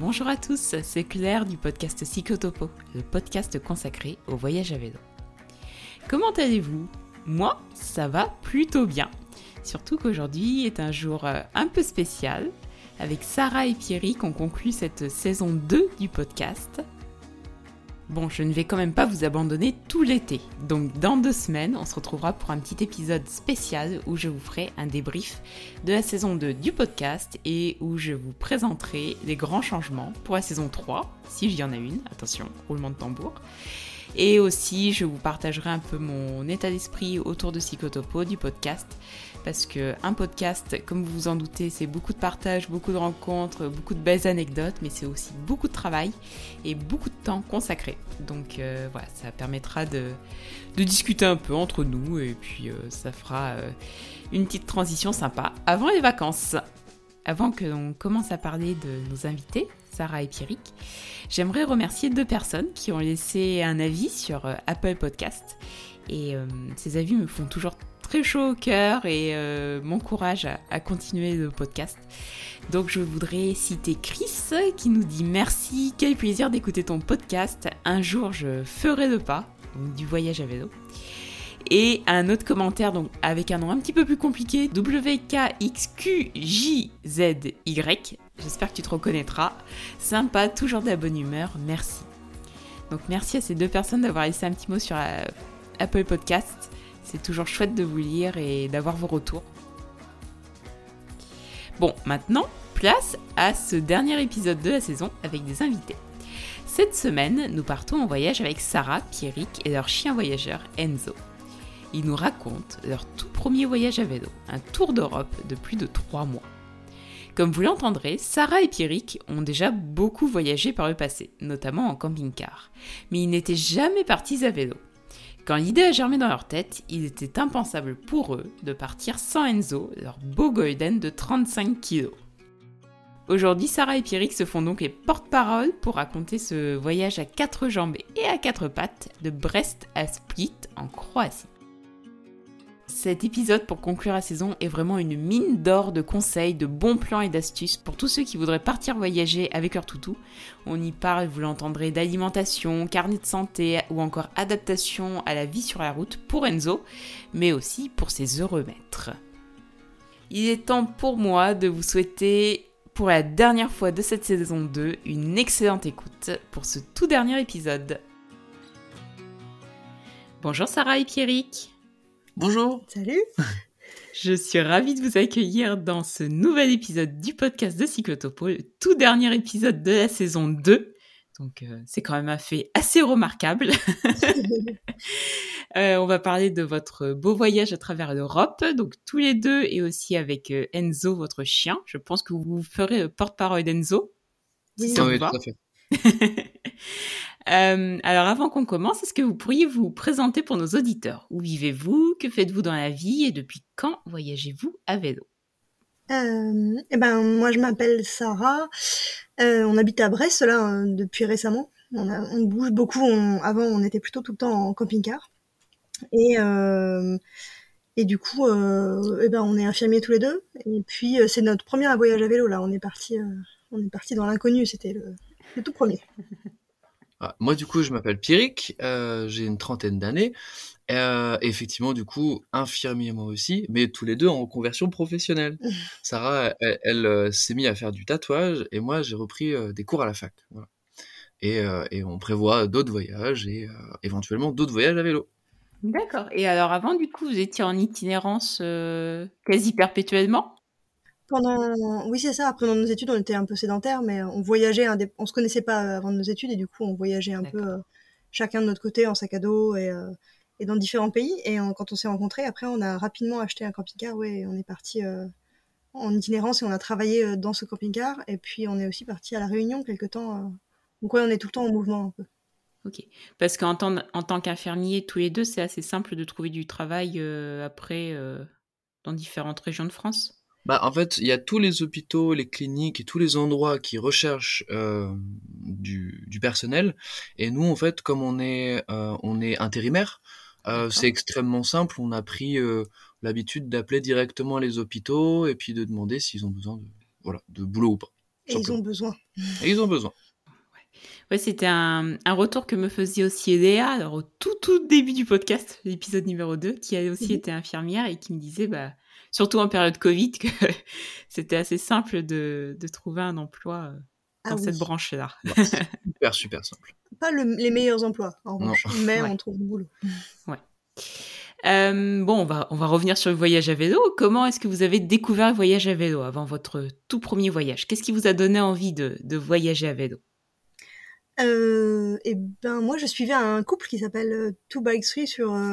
Bonjour à tous, c'est Claire du podcast Cyclotopo, le podcast consacré au voyage à vélo. Comment allez-vous ? Moi, ça va plutôt bien. Surtout qu'aujourd'hui est un jour un peu spécial. Avec Sarah et Pierrick, on conclut cette saison 2 du podcast. Bon, je ne vais quand même pas vous abandonner tout l'été. Donc dans 2 semaines, on se retrouvera pour un petit épisode spécial où je vous ferai un débrief de la saison 2 du podcast et où je vous présenterai les grands changements pour la saison 3, si j'y en a une, attention, roulement de tambour. Et aussi, je vous partagerai un peu mon état d'esprit autour de Cyclotopo, du podcast, parce qu'un podcast, comme vous vous en doutez, c'est beaucoup de partage, beaucoup de rencontres, beaucoup de belles anecdotes, mais c'est aussi beaucoup de travail et beaucoup de temps consacré. Donc voilà, ça permettra de discuter un peu entre nous et puis ça fera une petite transition sympa avant les vacances. Avant que l'on commence à parler de nos invités, Sarah et Pierrick, j'aimerais remercier 2 personnes qui ont laissé un avis sur Apple Podcast. Et ces avis me font toujours très chaud au cœur et m'encouragent à continuer le podcast. Donc je voudrais citer Chris qui nous dit « Merci, quel plaisir d'écouter ton podcast. Un jour je ferai le pas », donc du voyage à vélo. Et un autre commentaire donc avec un nom un petit peu plus compliqué, WKXQJZY. J'espère que tu te reconnaîtras. Sympa, toujours de la bonne humeur, merci. Donc merci à ces 2 personnes d'avoir laissé un petit mot sur Apple Podcast. C'est toujours chouette de vous lire et d'avoir vos retours. Bon, maintenant, place à ce dernier épisode de la saison avec des invités. Cette semaine, nous partons en voyage avec Sarah, Pierrick et leur chien voyageur Enzo. Ils nous racontent leur tout premier voyage à vélo, un tour d'Europe de plus de 3 mois. Comme vous l'entendrez, Sarah et Pierrick ont déjà beaucoup voyagé par le passé, notamment en camping-car. Mais ils n'étaient jamais partis à vélo. Quand l'idée a germé dans leur tête, il était impensable pour eux de partir sans Enzo, leur beau golden de 35 kg. Aujourd'hui, Sarah et Pierrick se font donc les porte-parole pour raconter ce voyage à 4 jambes et à 4 pattes de Brest à Split en Croatie. Cet épisode pour conclure la saison est vraiment une mine d'or de conseils, de bons plans et d'astuces pour tous ceux qui voudraient partir voyager avec leur toutou. On y parle, vous l'entendrez, d'alimentation, carnet de santé ou encore adaptation à la vie sur la route pour Enzo, mais aussi pour ses heureux maîtres. Il est temps pour moi de vous souhaiter, pour la dernière fois de cette saison 2, une excellente écoute pour ce tout dernier épisode. Bonjour Sarah et Pierrick. Bonjour. Salut. Je suis ravie de vous accueillir dans ce nouvel épisode du podcast de Cyclotopo, le tout dernier épisode de la saison 2. Donc c'est quand même un fait assez remarquable. On va parler de votre beau voyage à travers l'Europe, donc tous les deux et aussi avec Enzo, votre chien. Je pense que vous ferez le porte-parole d'Enzo. Oui, Si ça vous Oui, va. tout à fait. Alors avant qu'on commence, est-ce que vous pourriez vous présenter pour nos auditeurs ? Où vivez-vous ? Que faites-vous dans la vie ? Et depuis quand voyagez-vous à vélo ? Moi je m'appelle Sarah. On habite à Brest là depuis récemment. On bouge beaucoup. Avant on était plutôt tout le temps en camping-car. Et du coup on est infirmiers tous les deux. Et puis c'est notre premier voyage à vélo là. On est parti dans l'inconnu. C'était le tout premier. Moi, du coup, je m'appelle Pierrick, j'ai une 30aine d'années. Effectivement, du coup, infirmier moi aussi, mais tous les deux en conversion professionnelle. Sarah, elle s'est mise à faire du tatouage et moi, j'ai repris des cours à la fac. Voilà. Et on prévoit d'autres voyages et éventuellement d'autres voyages à vélo. D'accord. Et alors avant, du coup, vous étiez en itinérance quasi perpétuellement ? Oui, c'est ça. Après, dans nos études, on était un peu sédentaires, mais on voyageait, on se connaissait pas avant nos études, et du coup, on voyageait un peu chacun de notre côté en sac à dos et dans différents pays. Et quand on s'est rencontrés, après, on a rapidement acheté un camping-car, ouais, et on est parti en itinérance et on a travaillé dans ce camping-car. Et puis, on est aussi parti à La Réunion quelque temps. Donc, ouais, on est tout le temps en mouvement un peu. Ok. Parce qu'en tant qu'infirmier, tous les deux, c'est assez simple de trouver du travail après dans différentes régions de France ? En fait, il y a tous les hôpitaux, les cliniques et tous les endroits qui recherchent du personnel. Et nous, en fait, comme on est intérimaire, c'est extrêmement simple. On a pris l'habitude d'appeler directement les hôpitaux et puis de demander s'ils ont besoin de boulot ou pas. Et ils ont besoin. Et ils ont besoin. Ouais, c'était un retour que me faisait aussi Léa, alors au tout début du podcast, l'épisode numéro 2, qui a aussi été infirmière et qui me disait, surtout en période Covid, que c'était assez simple de trouver un emploi dans cette branche-là. Super, super simple. Pas les meilleurs emplois, en revanche, mais on trouve du boulot. Ouais. On va revenir sur le voyage à vélo. Comment est-ce que vous avez découvert le voyage à vélo avant votre tout premier voyage? Qu'est-ce qui vous a donné envie de voyager à vélo? Moi, je suivais un couple qui s'appelle Two Bike Three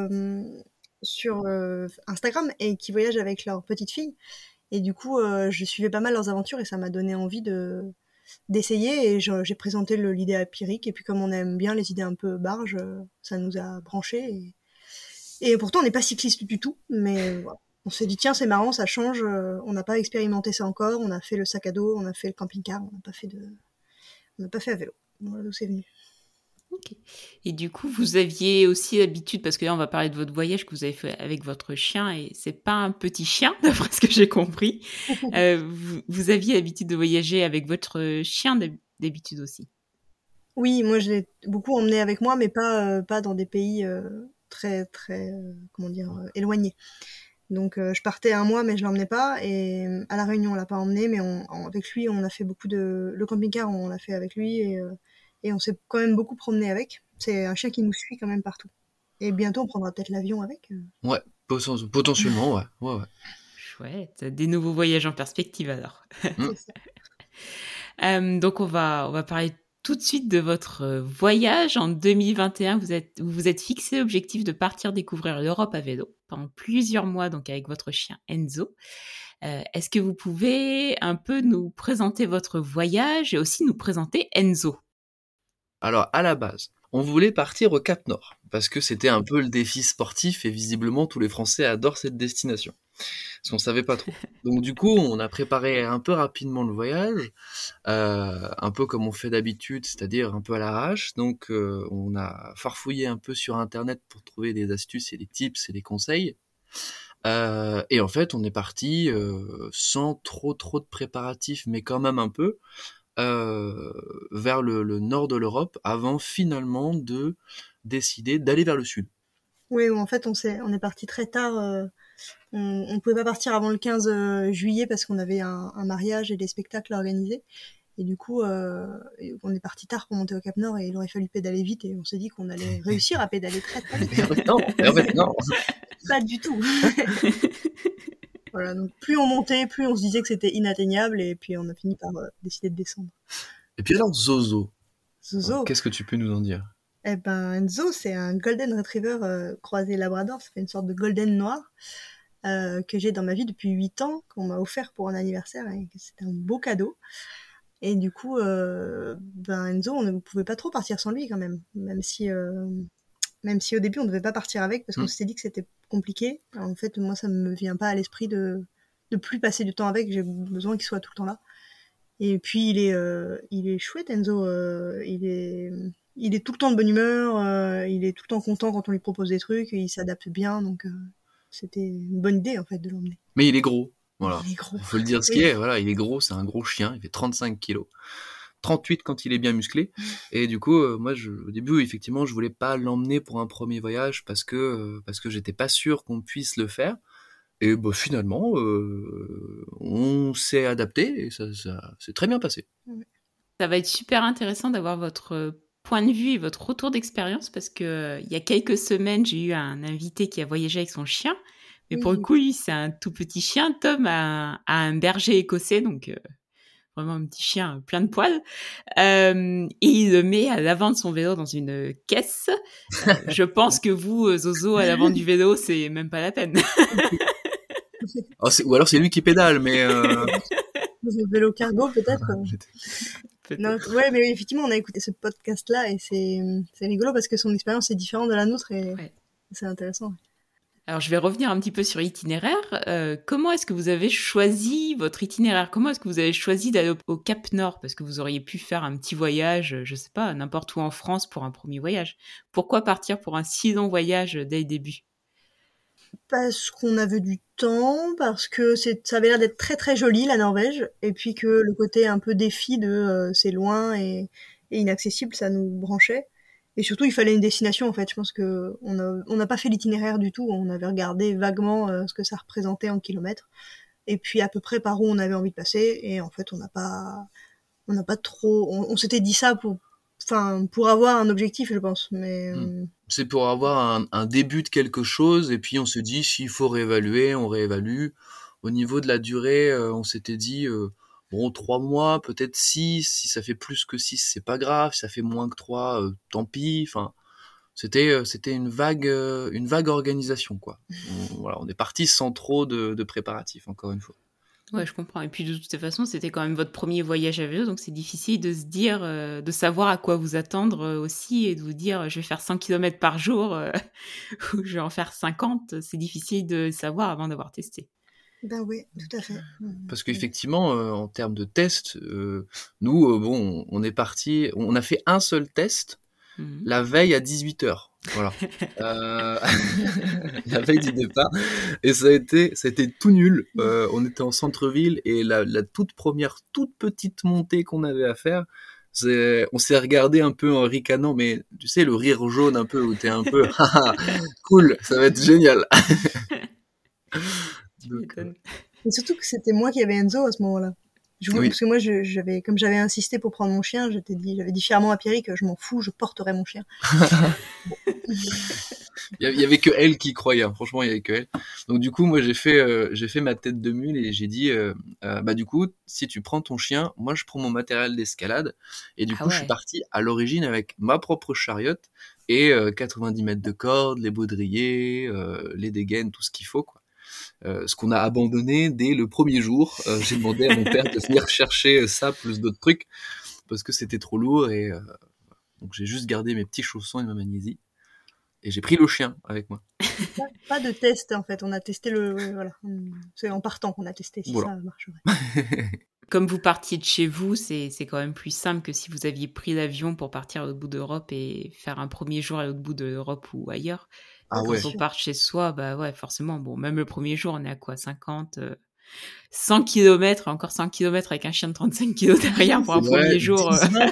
sur Instagram et qui voyage avec leur petite fille. Et du coup, je suivais pas mal leurs aventures et ça m'a donné envie d'essayer. Et j'ai présenté l'idée à Pierrick. Et puis, comme on aime bien les idées un peu barges, ça nous a branchés. Et pourtant, on n'est pas cycliste du tout. Mais voilà. On s'est dit, tiens, c'est marrant, ça change. On n'a pas expérimenté ça encore. On a fait le sac à dos, on a fait le camping-car. On n'a pas fait à vélo. Voilà d'où c'est venu. Ok. Et du coup, vous aviez aussi l'habitude, parce que là, on va parler de votre voyage que vous avez fait avec votre chien, et c'est pas un petit chien, d'après ce que j'ai compris. Vous aviez l'habitude de voyager avec votre chien d'habitude aussi? Oui, moi, je l'ai beaucoup emmené avec moi, mais pas dans des pays très, très, éloignés. Donc, je partais un mois, mais je l'emmenais pas. Et à La Réunion, on l'a pas emmené, mais avec lui, on a fait beaucoup le camping-car, on l'a fait avec lui. Et on s'est quand même beaucoup promené avec. C'est un chien qui nous suit quand même partout. Et bientôt, on prendra peut-être l'avion avec. Ouais, potentiellement, ouais. Chouette, des nouveaux voyages en perspective alors. C'est ça. Donc on va parler tout de suite de votre voyage. En 2021, vous vous êtes fixé l'objectif de partir découvrir l'Europe à vélo pendant plusieurs mois, donc avec votre chien Enzo. Est-ce que vous pouvez un peu nous présenter votre voyage et aussi nous présenter Enzo? Alors, à la base, on voulait partir au Cap Nord, parce que c'était un peu le défi sportif, et visiblement, tous les Français adorent cette destination. Parce qu'on savait pas trop. Donc, du coup, on a préparé un peu rapidement le voyage, un peu comme on fait d'habitude, c'est-à-dire un peu à l'arrache. Donc, on a farfouillé un peu sur Internet pour trouver des astuces et des tips et des conseils. Et en fait, on est parti sans trop de préparatifs, mais quand même un peu, vers le nord de l'Europe avant finalement de décider d'aller vers le sud. Oui, en fait, on est parti très tard. On pouvait pas partir avant le 15 juillet parce qu'on avait un mariage et des spectacles à organiser. Et du coup, on est parti tard pour monter au Cap Nord et il aurait fallu pédaler vite et on s'est dit qu'on allait réussir à pédaler très vite. En fait, non. Pas du tout. Voilà, donc plus on montait, plus on se disait que c'était inatteignable et puis on a fini par décider de descendre. Et puis alors, Zozo. Zozo. Qu'est-ce que tu peux nous en dire? Eh ben, Enzo, c'est un Golden Retriever croisé Labrador. Ça fait une sorte de Golden noir que j'ai dans ma vie depuis 8 ans, qu'on m'a offert pour un anniversaire et que c'était un beau cadeau. Et du coup, Enzo, on ne pouvait pas trop partir sans lui quand même, même si au début on ne devait pas partir avec parce qu'on s'était dit que c'était compliqué. Alors, en fait, moi, ça me vient pas à l'esprit de plus passer du temps avec. J'ai besoin qu'il soit tout le temps là. Et puis il est chouette, Enzo. Il est tout le temps de bonne humeur. Il est tout le temps content quand on lui propose des trucs. Il s'adapte bien, donc c'était une bonne idée en fait de l'emmener. Mais il est gros. Voilà. Il est gros. Il faut le dire ce qui est. Voilà, il est gros, c'est un gros chien. Il fait 35 kilos. 38 quand il est bien musclé. Et du coup, moi, au début, effectivement, je voulais pas l'emmener pour un premier voyage parce que j'étais pas sûr qu'on puisse le faire. Et finalement, on s'est adapté et ça s'est très bien passé. Ça va être super intéressant d'avoir votre point de vue et votre retour d'expérience parce que il y a quelques semaines, j'ai eu un invité qui a voyagé avec son chien. Mais pour le coup, lui, c'est un tout petit chien. Tom a un berger écossais, donc vraiment un petit chien plein de poils. Et il le met à l'avant de son vélo dans une caisse. Je pense que vous, Zozo, à l'avant du vélo, c'est même pas la peine. Ou alors c'est lui qui pédale, mais... Le vélo cargo, peut-être. Non, ouais, mais effectivement, on a écouté ce podcast-là et c'est rigolo parce que son expérience est différente de la nôtre et c'est intéressant. Alors, je vais revenir un petit peu sur l'itinéraire. Comment est-ce que vous avez choisi votre itinéraire? Comment est-ce que vous avez choisi d'aller au Cap Nord? Parce que vous auriez pu faire un petit voyage, je sais pas, n'importe où en France pour un premier voyage. Pourquoi partir pour un si long voyage dès le début? Parce qu'on avait du temps, parce que ça avait l'air d'être très très joli la Norvège, et puis que le côté un peu défi de c'est loin et inaccessible, ça nous branchait. Et surtout, il fallait une destination en fait. Je pense que on n'a pas fait l'itinéraire du tout. On avait regardé vaguement ce que ça représentait en kilomètres, et puis à peu près par où on avait envie de passer. Et en fait, on n'a pas trop. On s'était dit ça pour avoir un objectif, je pense. Mais C'est pour avoir un début de quelque chose, et puis on se dit s'il faut réévaluer, on réévalue. Au niveau de la durée, on s'était dit bon 3 mois, peut-être 6. Si ça fait plus que 6, c'est pas grave. Si ça fait moins que 3, tant pis. Enfin, c'était une vague organisation quoi. Voilà, on est parti sans trop de préparatifs encore une fois. Ouais, je comprends. Et puis de toute façon, c'était quand même votre premier voyage à vélo, donc c'est difficile de se dire, de savoir à quoi vous attendre aussi, et de vous dire, je vais faire 100 km par jour, ou je vais en faire 50. C'est difficile de savoir avant d'avoir testé. Ben oui, tout à fait. Parce qu'effectivement, en termes de tests, nous, bon, on est parti, on a fait un seul test la veille à 18h. Voilà. La veille du départ. Et ça a été tout nul. On était en centre-ville, et la toute première, toute petite montée qu'on avait à faire, on s'est regardé un peu en ricanant, mais tu sais, le rire jaune un peu, où t'es un peu, cool, ça va être génial. Donc, et surtout que c'était moi qui avais Enzo à ce moment-là. Oui. Parce que moi, comme j'avais insisté pour prendre mon chien, j'avais dit fièrement à Pierry que je m'en fous, je porterai mon chien. Il y avait que elle qui croyait, hein. Franchement, il y avait que elle. Donc du coup, moi j'ai fait ma tête de mule, et j'ai dit bah du coup, si tu prends ton chien, moi je prends mon matériel d'escalade. Et du coup, je suis parti à l'origine avec ma propre chariote et 90 mètres de corde, les baudriers, les dégaines, tout ce qu'il faut quoi. Ce qu'on a abandonné dès le premier jour. J'ai demandé à mon père de venir chercher ça plus d'autres trucs parce que c'était trop lourd, et donc j'ai juste gardé mes petits chaussons et ma magnésie. Et j'ai pris le chien avec moi. Pas de test en fait, on a testé voilà. C'est en partant qu'on a testé si ça marcherait. Comme vous partiez de chez vous, c'est quand même plus simple que si vous aviez pris l'avion pour partir à l'autre bout d'Europe et faire un premier jour à l'autre bout de l'Europe ou ailleurs. Quand on part chez soi, bah ouais, forcément, bon, même le premier jour, on est à quoi, 50, 100 km, encore 100 km avec un chien de 35 kg derrière pour un premier jour.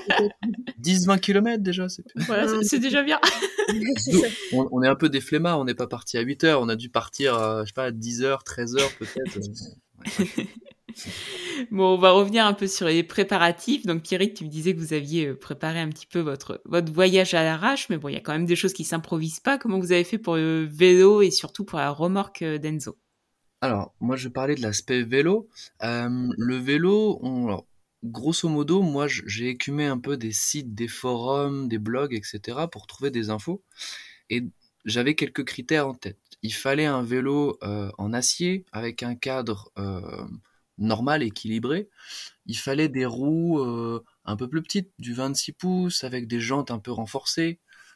10-20 km déjà, c'est déjà bien. On est un peu des flemmards, on n'est pas parti à 8h, on a dû partir je sais pas, à 10h, 13h peut-être. Bon, on va revenir un peu sur les préparatifs. Donc Pierrick, tu me disais que vous aviez préparé un petit peu votre voyage à l'arrache, mais bon, il y a quand même des choses qui s'improvisent pas. Comment vous avez fait pour le vélo et surtout pour la remorque d'Enzo? Alors, moi je parlais de l'aspect vélo. Le vélo, alors, grosso modo, moi j'ai écumé un peu des sites, des forums, des blogs, etc. pour trouver des infos. Et j'avais quelques critères en tête. Il fallait un vélo en acier avec un cadre normal, équilibré. Il fallait des roues un peu plus petites, du 26 pouces, avec des jantes un peu renforcées.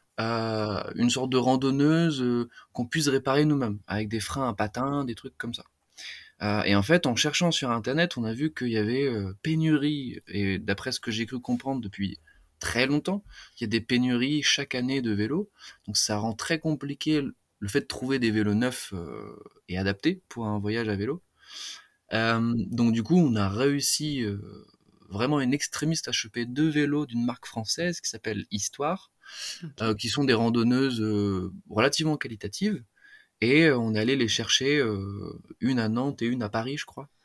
Une sorte de randonneuse qu'on puisse réparer nous-mêmes, avec des freins à patins, des trucs comme ça. Et en fait, en cherchant sur Internet, on a vu qu'il y avait pénurie, et d'après ce que j'ai cru comprendre depuis très longtemps, il y a des pénuries chaque année de vélos, donc ça rend très compliqué le fait de trouver des vélos neufs et adaptés pour un voyage à vélo. Donc du coup, on a réussi vraiment in extremis à choper 2 vélos d'une marque française qui s'appelle Histoire, qui sont des randonneuses relativement qualitatives, et on est allé les chercher, une à Nantes et une à Paris, je crois.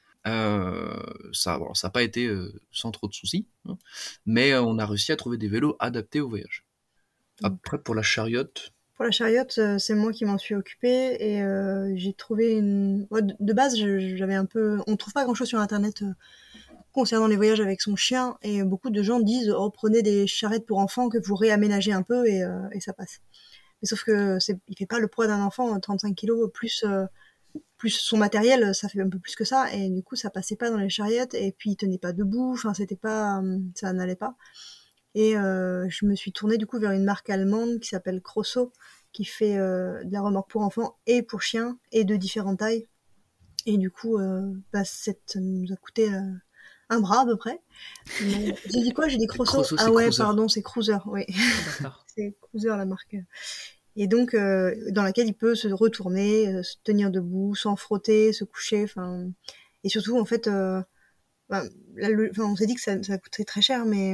Ça n'a pas été sans trop de soucis, hein, mais on a réussi à trouver des vélos adaptés au voyage. Après, pour la chariote... Pour la chariote, c'est moi qui m'en suis occupée, et j'ai trouvé une... De base, j'avais un peu... On trouve pas grand-chose sur Internet concernant les voyages avec son chien, et beaucoup de gens disent « Oh, prenez des charrettes pour enfants que vous réaménagez un peu et ça passe ». Mais sauf que il fait pas le poids d'un enfant, 35 kilos, plus son matériel, ça fait un peu plus que ça, et du coup, ça passait pas dans les chariotes, et puis il tenait pas debout, enfin, c'était pas... ça n'allait pas. Et je me suis tournée du coup vers une marque allemande qui s'appelle Crosso, qui fait de la remorque pour enfants et pour chiens, et de différentes tailles. Et du coup, ça nous a coûté un bras à peu près. Mais... J'ai dit quoi? J'ai dit Crosso. Crosso, ah ouais, Cruiser. Pardon, c'est Cruiser, oui. D'accord. C'est Cruiser la marque. et donc dans laquelle il peut se retourner, se tenir debout, sans frotter, se coucher, enfin, et surtout en fait, ben, on s'est dit que ça coûterait très cher, mais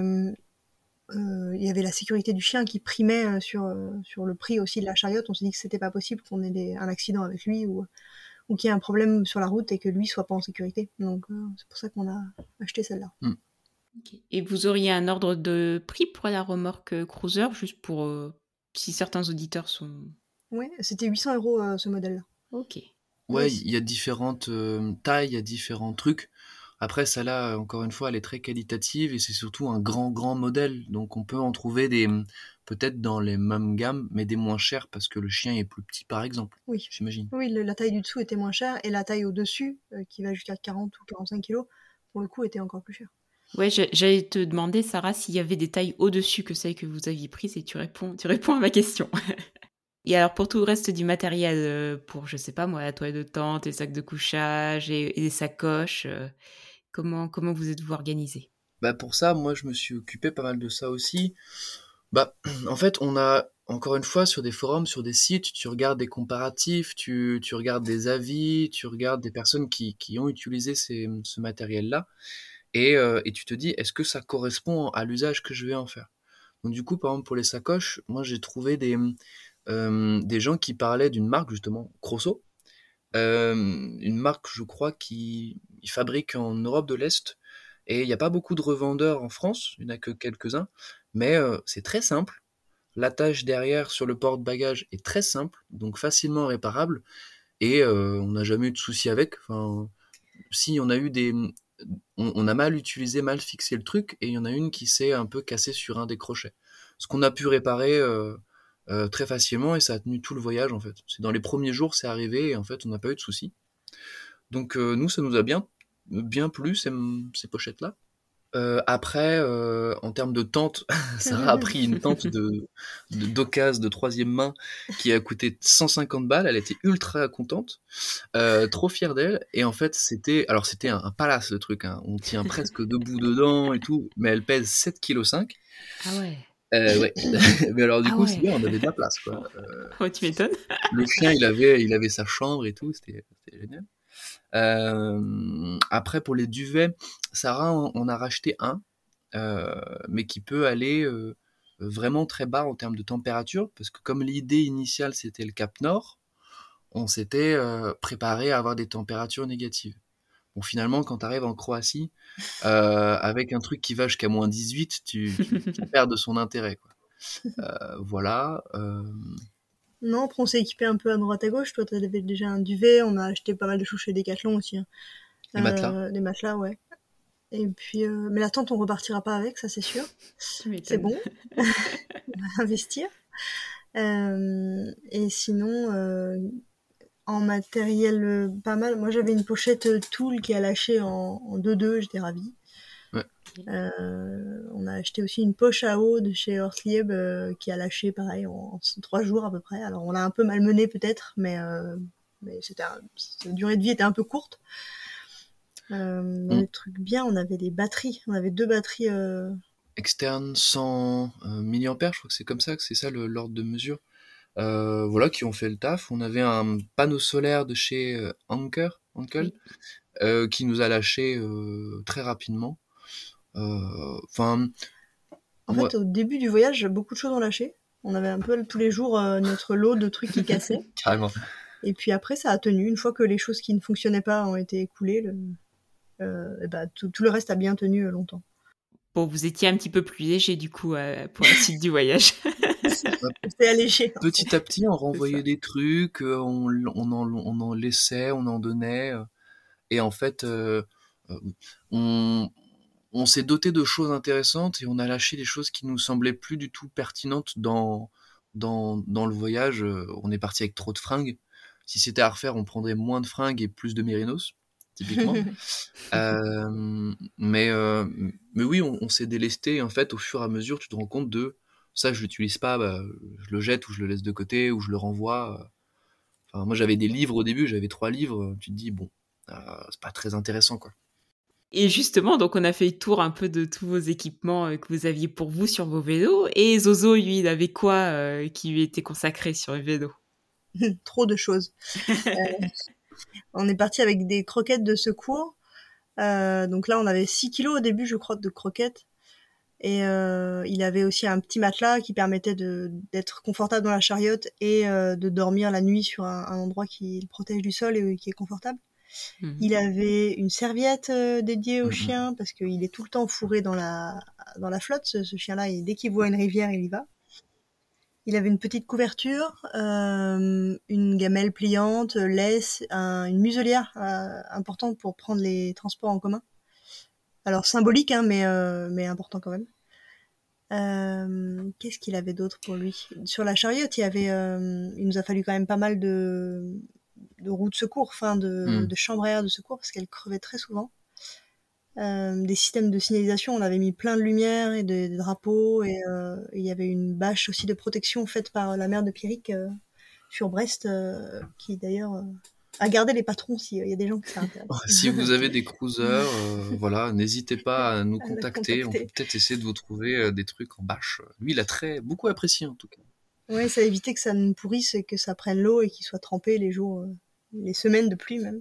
il y avait la sécurité du chien qui primait sur le prix aussi de la chariote. On s'est dit que c'était pas possible qu'on ait un accident avec lui ou qu'il y ait un problème sur la route et que lui soit pas en sécurité. Donc c'est pour ça qu'on a acheté celle-là. Okay. Et vous auriez un ordre de prix pour la remorque cruiser, juste pour si certains auditeurs sont... Ouais, c'était 800 € ce modèle-là. Ok. Ouais, il y a différentes tailles, il y a différents trucs. Après, celle-là, encore une fois, elle est très qualitative et c'est surtout un grand modèle. Donc, on peut en trouver peut-être dans les mêmes gammes, mais des moins chers parce que le chien est plus petit, par exemple. Oui. J'imagine. Oui, la taille du dessous était moins chère et la taille au-dessus, qui va jusqu'à 40 ou 45 kilos, pour le coup, était encore plus chère. Ouais, j'allais te demander, Sarah, s'il y avait des tailles au-dessus que celles que vous aviez prises et tu réponds à ma question. Et alors, pour tout le reste du matériel, pour, je sais pas moi, la toile de tente, les sacs de couchage et les sacoches, comment vous êtes-vous organisé? Bah, pour ça, moi, je me suis occupé pas mal de ça aussi. Bah, en fait, on a, encore une fois, sur des forums, sur des sites, tu regardes des comparatifs, tu regardes des avis, tu regardes des personnes qui ont utilisé ce matériel-là, et tu te dis, est-ce que ça correspond à l'usage que je vais en faire? Donc du coup, par exemple, pour les sacoches, moi j'ai trouvé des gens qui parlaient d'une marque, justement, Crosso, une marque, je crois, qui fabrique en Europe de l'Est, et il n'y a pas beaucoup de revendeurs en France, il n'y en a que quelques-uns, mais c'est très simple. L'attache derrière sur le porte-bagages est très simple, donc facilement réparable, et on n'a jamais eu de souci avec. Enfin, si on a eu on a mal utilisé, mal fixé le truc, et il y en a une qui s'est un peu cassée sur un des crochets. Ce qu'on a pu réparer très facilement, et ça a tenu tout le voyage en fait. C'est dans les premiers jours, c'est arrivé, et en fait, on n'a pas eu de soucis. Donc nous, ça nous a bien plu ces pochettes-là. Après, en termes de tente, Sarah a pris une tente d'occasion de troisième main qui a coûté 150 balles. Elle était ultra contente, trop fière d'elle. Et en fait, c'était un palace le truc. Hein. On tient presque debout dedans et tout, mais elle pèse 7,5 kg. Ah ouais. Ouais. Mais alors du Ah coup, c'est ouais. bien, on avait de la place quoi. Oh, tu m'étonnes. Le chien, il avait sa chambre et tout, c'était génial. Après, pour les duvets, Sarah on a racheté un, mais qui peut aller vraiment très bas en termes de température, parce que comme l'idée initiale c'était le Cap Nord, on s'était préparé à avoir des températures négatives. Bon, finalement, quand tu arrives en Croatie, avec un truc qui va jusqu'à moins 18, ça perd de son intérêt, quoi. Voilà. Non, après on s'est équipé un peu à droite à gauche. Toi, t'avais déjà un duvet. On a acheté pas mal de choses chez Decathlon aussi. Hein. Les matelas. Des matelas, ouais. Et puis, mais la tente, on repartira pas avec, ça c'est sûr. Tu m'étonnes. C'est bon. On va investir. Et sinon, en matériel pas mal. Moi, j'avais une pochette Tool qui a lâché en 2-2. J'étais ravie. Ouais. On a acheté aussi une poche à eau de chez Ortlieb qui a lâché pareil en 3 jours à peu près. Alors on l'a un peu malmené peut-être, mais sa durée de vie était un peu courte. Les trucs bien, on avait des batteries. On avait 2 batteries externe 100 mAh, je crois que c'est comme ça, que c'est ça l'ordre de mesure. Voilà, qui ont fait le taf. On avait un panneau solaire de chez Anker, Oui. qui nous a lâché très rapidement. Enfin, En ouais, fait, au début du voyage, beaucoup de choses ont lâché. On avait un peu tous les jours notre lot de trucs qui cassaient. carrément. Et puis après, ça a tenu. Une fois que les choses qui ne fonctionnaient pas ont été écoulées, et bah, tout le reste a bien tenu longtemps. Bon, vous étiez un petit peu plus léger du coup pour la suite du voyage. C'est allégé. Petit à petit, on renvoyait des trucs, on en laissait, on en donnait, et en fait, on, on s'est doté de choses intéressantes et on a lâché des choses qui nous semblaient plus du tout pertinentes dans le voyage. On est parti avec trop de fringues. Si c'était à refaire, on prendrait moins de fringues et plus de mérinos, typiquement. Mais oui, on s'est délesté. Et en fait, au fur et à mesure, tu te rends compte de ça, je l'utilise pas, bah, je le jette ou je le laisse de côté ou je le renvoie. Enfin, moi, j'avais des livres au début, j'avais 3 livres. Tu te dis, bon, c'est pas très intéressant, quoi. Et justement, donc on a fait le tour un peu de tous vos équipements que vous aviez pour vous sur vos vélos. Et Zozo, lui, il avait quoi qui lui était consacré sur le vélo? Trop de choses. On est parti avec des croquettes de secours. Donc là, on avait 6 kilos au début, je crois, de croquettes. Et il avait aussi un petit matelas qui permettait d'être confortable dans la chariote et de dormir la nuit sur un endroit qui le protège du sol et qui est confortable. Il avait une serviette dédiée au chien parce qu'il est tout le temps fourré dans la flotte, ce chien-là, et dès qu'il voit une rivière, il y va. Il avait une petite couverture, une gamelle pliante, laisse, une muselière importante pour prendre les transports en commun. Alors symbolique, hein, mais important quand même. Qu'est-ce qu'il avait d'autre pour lui? Sur la chariote, il nous a fallu quand même pas mal de roues de secours, de chambres à air de secours, parce qu'elle crevait très souvent. Des systèmes de signalisation, on avait mis plein de lumières et des drapeaux, et il y avait une bâche aussi de protection faite par la mère de Pierrick sur Brest, qui d'ailleurs a gardé les patrons s'il y a des gens qui s'intéressent. Si vous avez des cruisers, voilà, n'hésitez pas à nous contacter. On peut peut-être essayer de vous trouver des trucs en bâche. Lui, il a beaucoup apprécié en tout cas. Ouais, ça a évité que ça ne pourrisse et que ça prenne l'eau et qu'il soit trempé les jours, les semaines de pluie même.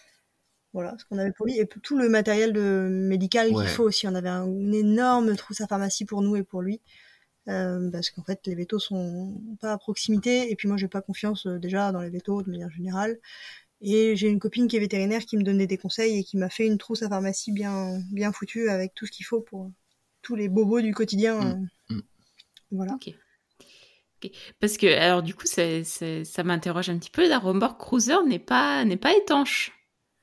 Voilà ce qu'on avait pour lui, et tout le matériel médical qu'il faut aussi. On avait un énorme trousse à pharmacie pour nous et pour lui, parce qu'en fait les vétos sont pas à proximité, et puis moi j'ai pas confiance déjà dans les vétos de manière générale, et j'ai une copine qui est vétérinaire qui me donnait des conseils et qui m'a fait une trousse à pharmacie bien foutue avec tout ce qu'il faut pour tous les bobos du quotidien. Voilà. Okay. Parce que alors du coup ça m'interroge un petit peu, la remorque cruiser n'est pas étanche.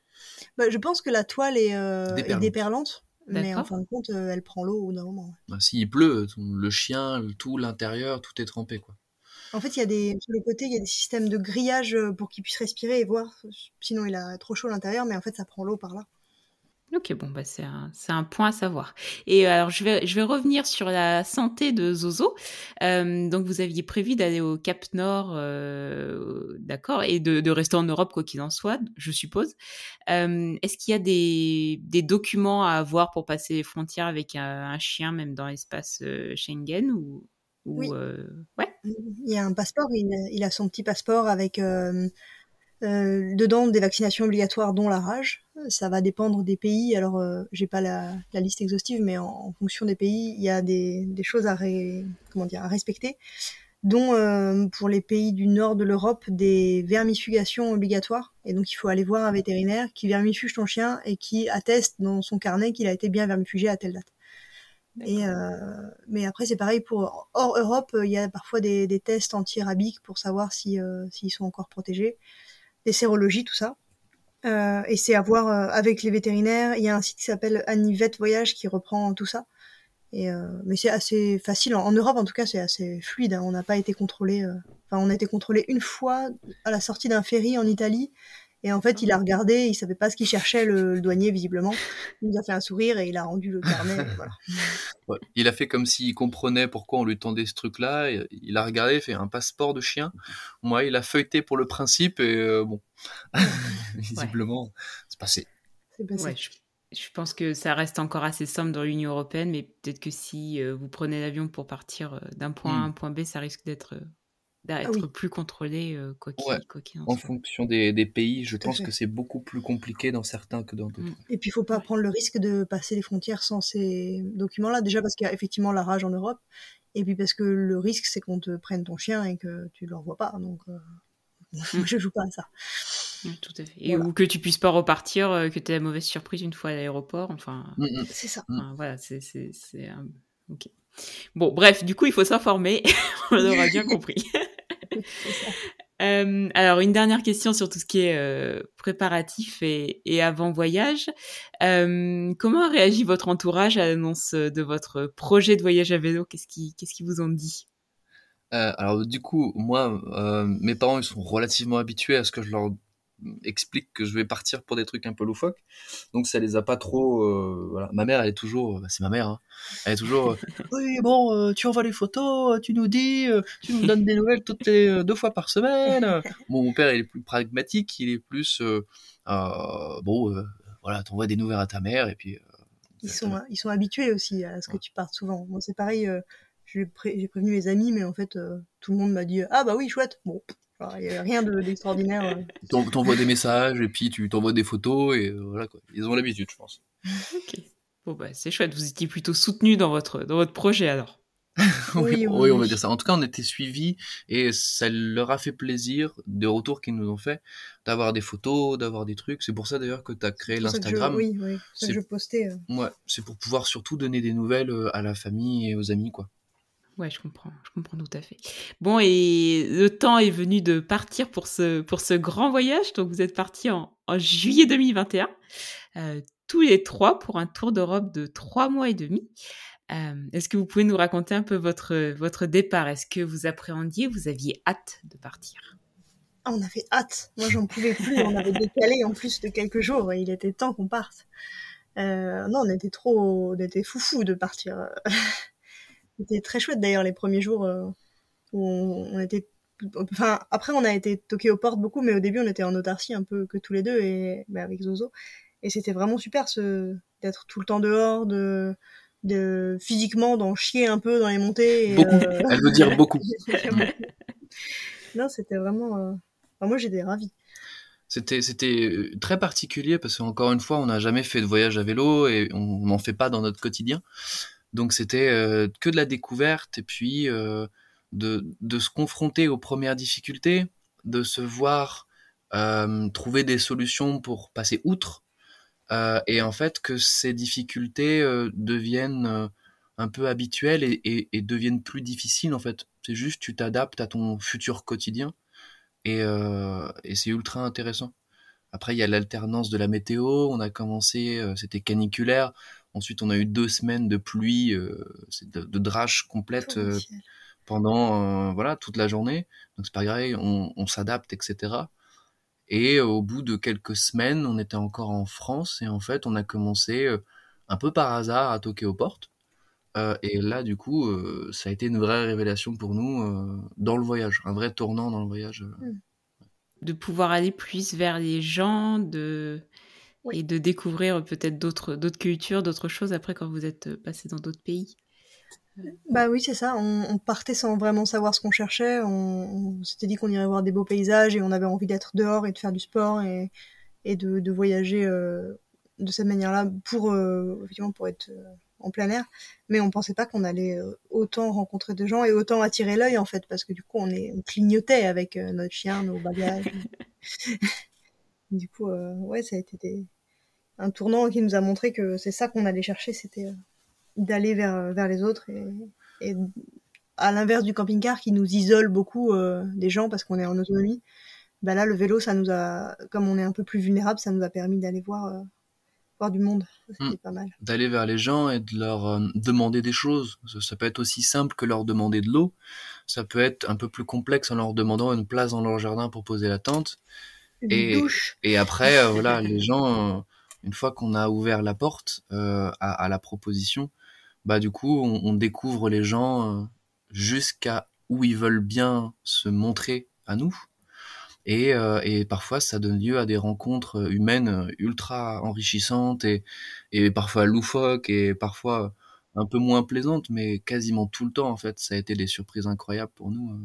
Je pense que la toile est déperlante, mais en fin de compte, elle prend l'eau au bout d'un moment. S'il pleut, le chien, tout l'intérieur, tout est trempé, quoi. En fait, sur le côté, il y a des systèmes de grillage pour qu'il puisse respirer et voir. Sinon, il a trop chaud à l'intérieur, mais en fait, ça prend l'eau par là. Ok, bon, c'est un point à savoir. Et alors, je vais revenir sur la santé de Zozo. Donc, vous aviez prévu d'aller au Cap Nord, d'accord, et de rester en Europe, quoi qu'il en soit, je suppose. Est-ce qu'il y a des documents à avoir pour passer les frontières avec un chien, même dans l'espace Schengen Oui. Ouais. Il y a un passeport, il a son petit passeport avec dedans des vaccinations obligatoires, dont la rage. Ça va dépendre des pays. Alors, j'ai pas la liste exhaustive, mais en fonction des pays, il y a des choses à respecter, dont pour les pays du nord de l'Europe, des vermifugations obligatoires. Et donc, il faut aller voir un vétérinaire qui vermifuge ton chien et qui atteste dans son carnet qu'il a été bien vermifugé à telle date. Mais après, c'est pareil pour hors Europe, il y a parfois des tests anti-rabiques pour savoir s'ils sont encore protégés, des sérologies, tout ça. Et c'est à voir avec les vétérinaires. Il y a un site qui s'appelle Anivet Voyage qui reprend tout ça. Mais c'est assez facile. En Europe, en tout cas, c'est assez fluide. Hein. On n'a pas été contrôlé. On a été contrôlé une fois à la sortie d'un ferry en Italie. Et en fait, il a regardé, il savait pas ce qu'il cherchait, le douanier, visiblement. Il nous a fait un sourire et il a rendu le carnet. Voilà. Ouais. Il a fait comme s'il comprenait pourquoi on lui tendait ce truc-là. Il a regardé, il fait un passeport de chien. Moi, il a feuilleté pour le principe et bon, visiblement, c'est passé. C'est passé. Ouais, je pense que ça reste encore assez simple dans l'Union européenne, mais peut-être que si vous prenez l'avion pour partir d'un point A à un point B, ça risque d'être plus contrôlé quoi qu'il en soit. En fonction des pays, je pense que c'est beaucoup plus compliqué dans certains que dans d'autres. Et puis, il ne faut pas prendre le risque de passer les frontières sans ces documents-là. Déjà parce qu'il y a effectivement la rage en Europe, et puis parce que le risque, c'est qu'on te prenne ton chien et que tu ne le revois pas. Donc, je joue pas à ça. Oui, tout à fait. Et ou que tu puisses pas repartir, que tu aies la mauvaise surprise une fois à l'aéroport. Enfin, c'est ça. Voilà, c'est ok. Bon, bref, du coup, il faut s'informer. On aura bien compris. Alors, une dernière question sur tout ce qui est préparatif et avant voyage. Comment a réagi votre entourage à l'annonce de votre projet de voyage à vélo? Qu'est-ce qu'ils vous ont dit? Alors du coup, moi, mes parents ils sont relativement habitués à ce que je leur explique que je vais partir pour des trucs un peu loufoques, donc ça les a pas trop. Voilà. Ma mère, elle est toujours, c'est ma mère, hein, elle est toujours. Oui, bon, tu envoies les photos, tu nous dis, tu nous donnes des nouvelles toutes les 2 fois par semaine. Bon, mon père, il est plus pragmatique, il est plus, bon. voilà, t'envoies des nouvelles à ta mère et puis. Ils sont habitués aussi à ce que tu partes souvent. Moi, c'est pareil. J'ai prévenu mes amis, mais en fait, tout le monde m'a dit ah bah oui, chouette. Bon, il y avait rien d'extraordinaire. T'envoies des messages et puis tu t'envoies des photos et voilà quoi. Ils ont l'habitude, je pense. Ok. Bon bah c'est chouette. Vous étiez plutôt soutenu dans votre projet alors. Oui, on va dire ça. En tout cas, on était suivis et ça leur a fait plaisir, des retours qu'ils nous ont fait, d'avoir des photos, d'avoir des trucs. C'est pour ça d'ailleurs que tu as créé l'Instagram. Oui, c'est ça que je postais. Ouais, c'est pour pouvoir surtout donner des nouvelles à la famille et aux amis, quoi. Ouais, je comprends tout à fait. Bon, et le temps est venu de partir pour ce grand voyage. Donc, vous êtes partis en juillet 2021, tous les trois pour un tour d'Europe de 3 mois et demi. Est-ce que vous pouvez nous raconter un peu votre départ? Est-ce que vous appréhendiez, vous aviez hâte de partir? On avait hâte. Moi, j'en pouvais plus. On avait décalé en plus de quelques jours. Il était temps qu'on parte. Non, on était foufou de partir. C'était très chouette d'ailleurs les premiers jours où on était. Enfin, après, on a été toqués aux portes beaucoup, mais au début, on était en autarcie un peu que tous les deux et avec Zozo. Et c'était vraiment super d'être tout le temps dehors, physiquement d'en chier un peu dans les montées. Beaucoup. Elle veut dire beaucoup. Non, c'était vraiment. Enfin, moi, j'étais ravie. C'était très particulier parce qu'encore une fois, on n'a jamais fait de voyage à vélo et on n'en fait pas dans notre quotidien. Donc c'était que de la découverte et puis de se confronter aux premières difficultés, de se voir trouver des solutions pour passer outre et en fait que ces difficultés deviennent un peu habituelles et deviennent plus difficiles en fait. C'est juste tu t'adaptes à ton futur quotidien et c'est ultra intéressant. Après, il y a l'alternance de la météo. On a commencé, c'était caniculaire. Ensuite, on a eu 2 semaines de pluie, de drache complète pendant voilà toute la journée. Donc c'est pas grave, on s'adapte, etc. Et au bout de quelques semaines, on était encore en France et en fait, on a commencé un peu par hasard à toquer aux portes. Et là, du coup, ça a été une vraie révélation pour nous dans le voyage, un vrai tournant dans le voyage. De pouvoir aller plus vers les gens, Oui. et de découvrir peut-être d'autres cultures, d'autres choses après quand vous êtes passé dans d'autres pays. Bah oui, c'est ça. On partait sans vraiment savoir ce qu'on cherchait. On s'était dit qu'on irait voir des beaux paysages et on avait envie d'être dehors et de faire du sport et de voyager de cette manière-là effectivement pour être en plein air. Mais on pensait pas qu'on allait autant rencontrer de gens et autant attirer l'œil en fait, parce que du coup on clignotait avec notre chien, nos bagages. Du coup, ouais, ça a été un tournant qui nous a montré que c'est ça qu'on allait chercher, c'était d'aller vers les autres et à l'inverse du camping-car qui nous isole beaucoup des gens parce qu'on est en autonomie. Bah là, le vélo, ça nous a, comme on est un peu plus vulnérable, ça nous a permis d'aller voir du monde. C'était pas mal. D'aller vers les gens et de leur demander des choses. Ça peut être aussi simple que leur demander de l'eau. Ça peut être un peu plus complexe en leur demandant une place dans leur jardin pour poser la tente. Une douche. Et après, voilà, les gens, une fois qu'on a ouvert la porte à la proposition, bah du coup, on découvre les gens jusqu'à où ils veulent bien se montrer à nous. Et parfois, ça donne lieu à des rencontres humaines ultra enrichissantes et parfois loufoques et parfois un peu moins plaisantes, mais quasiment tout le temps, en fait, ça a été des surprises incroyables pour nous.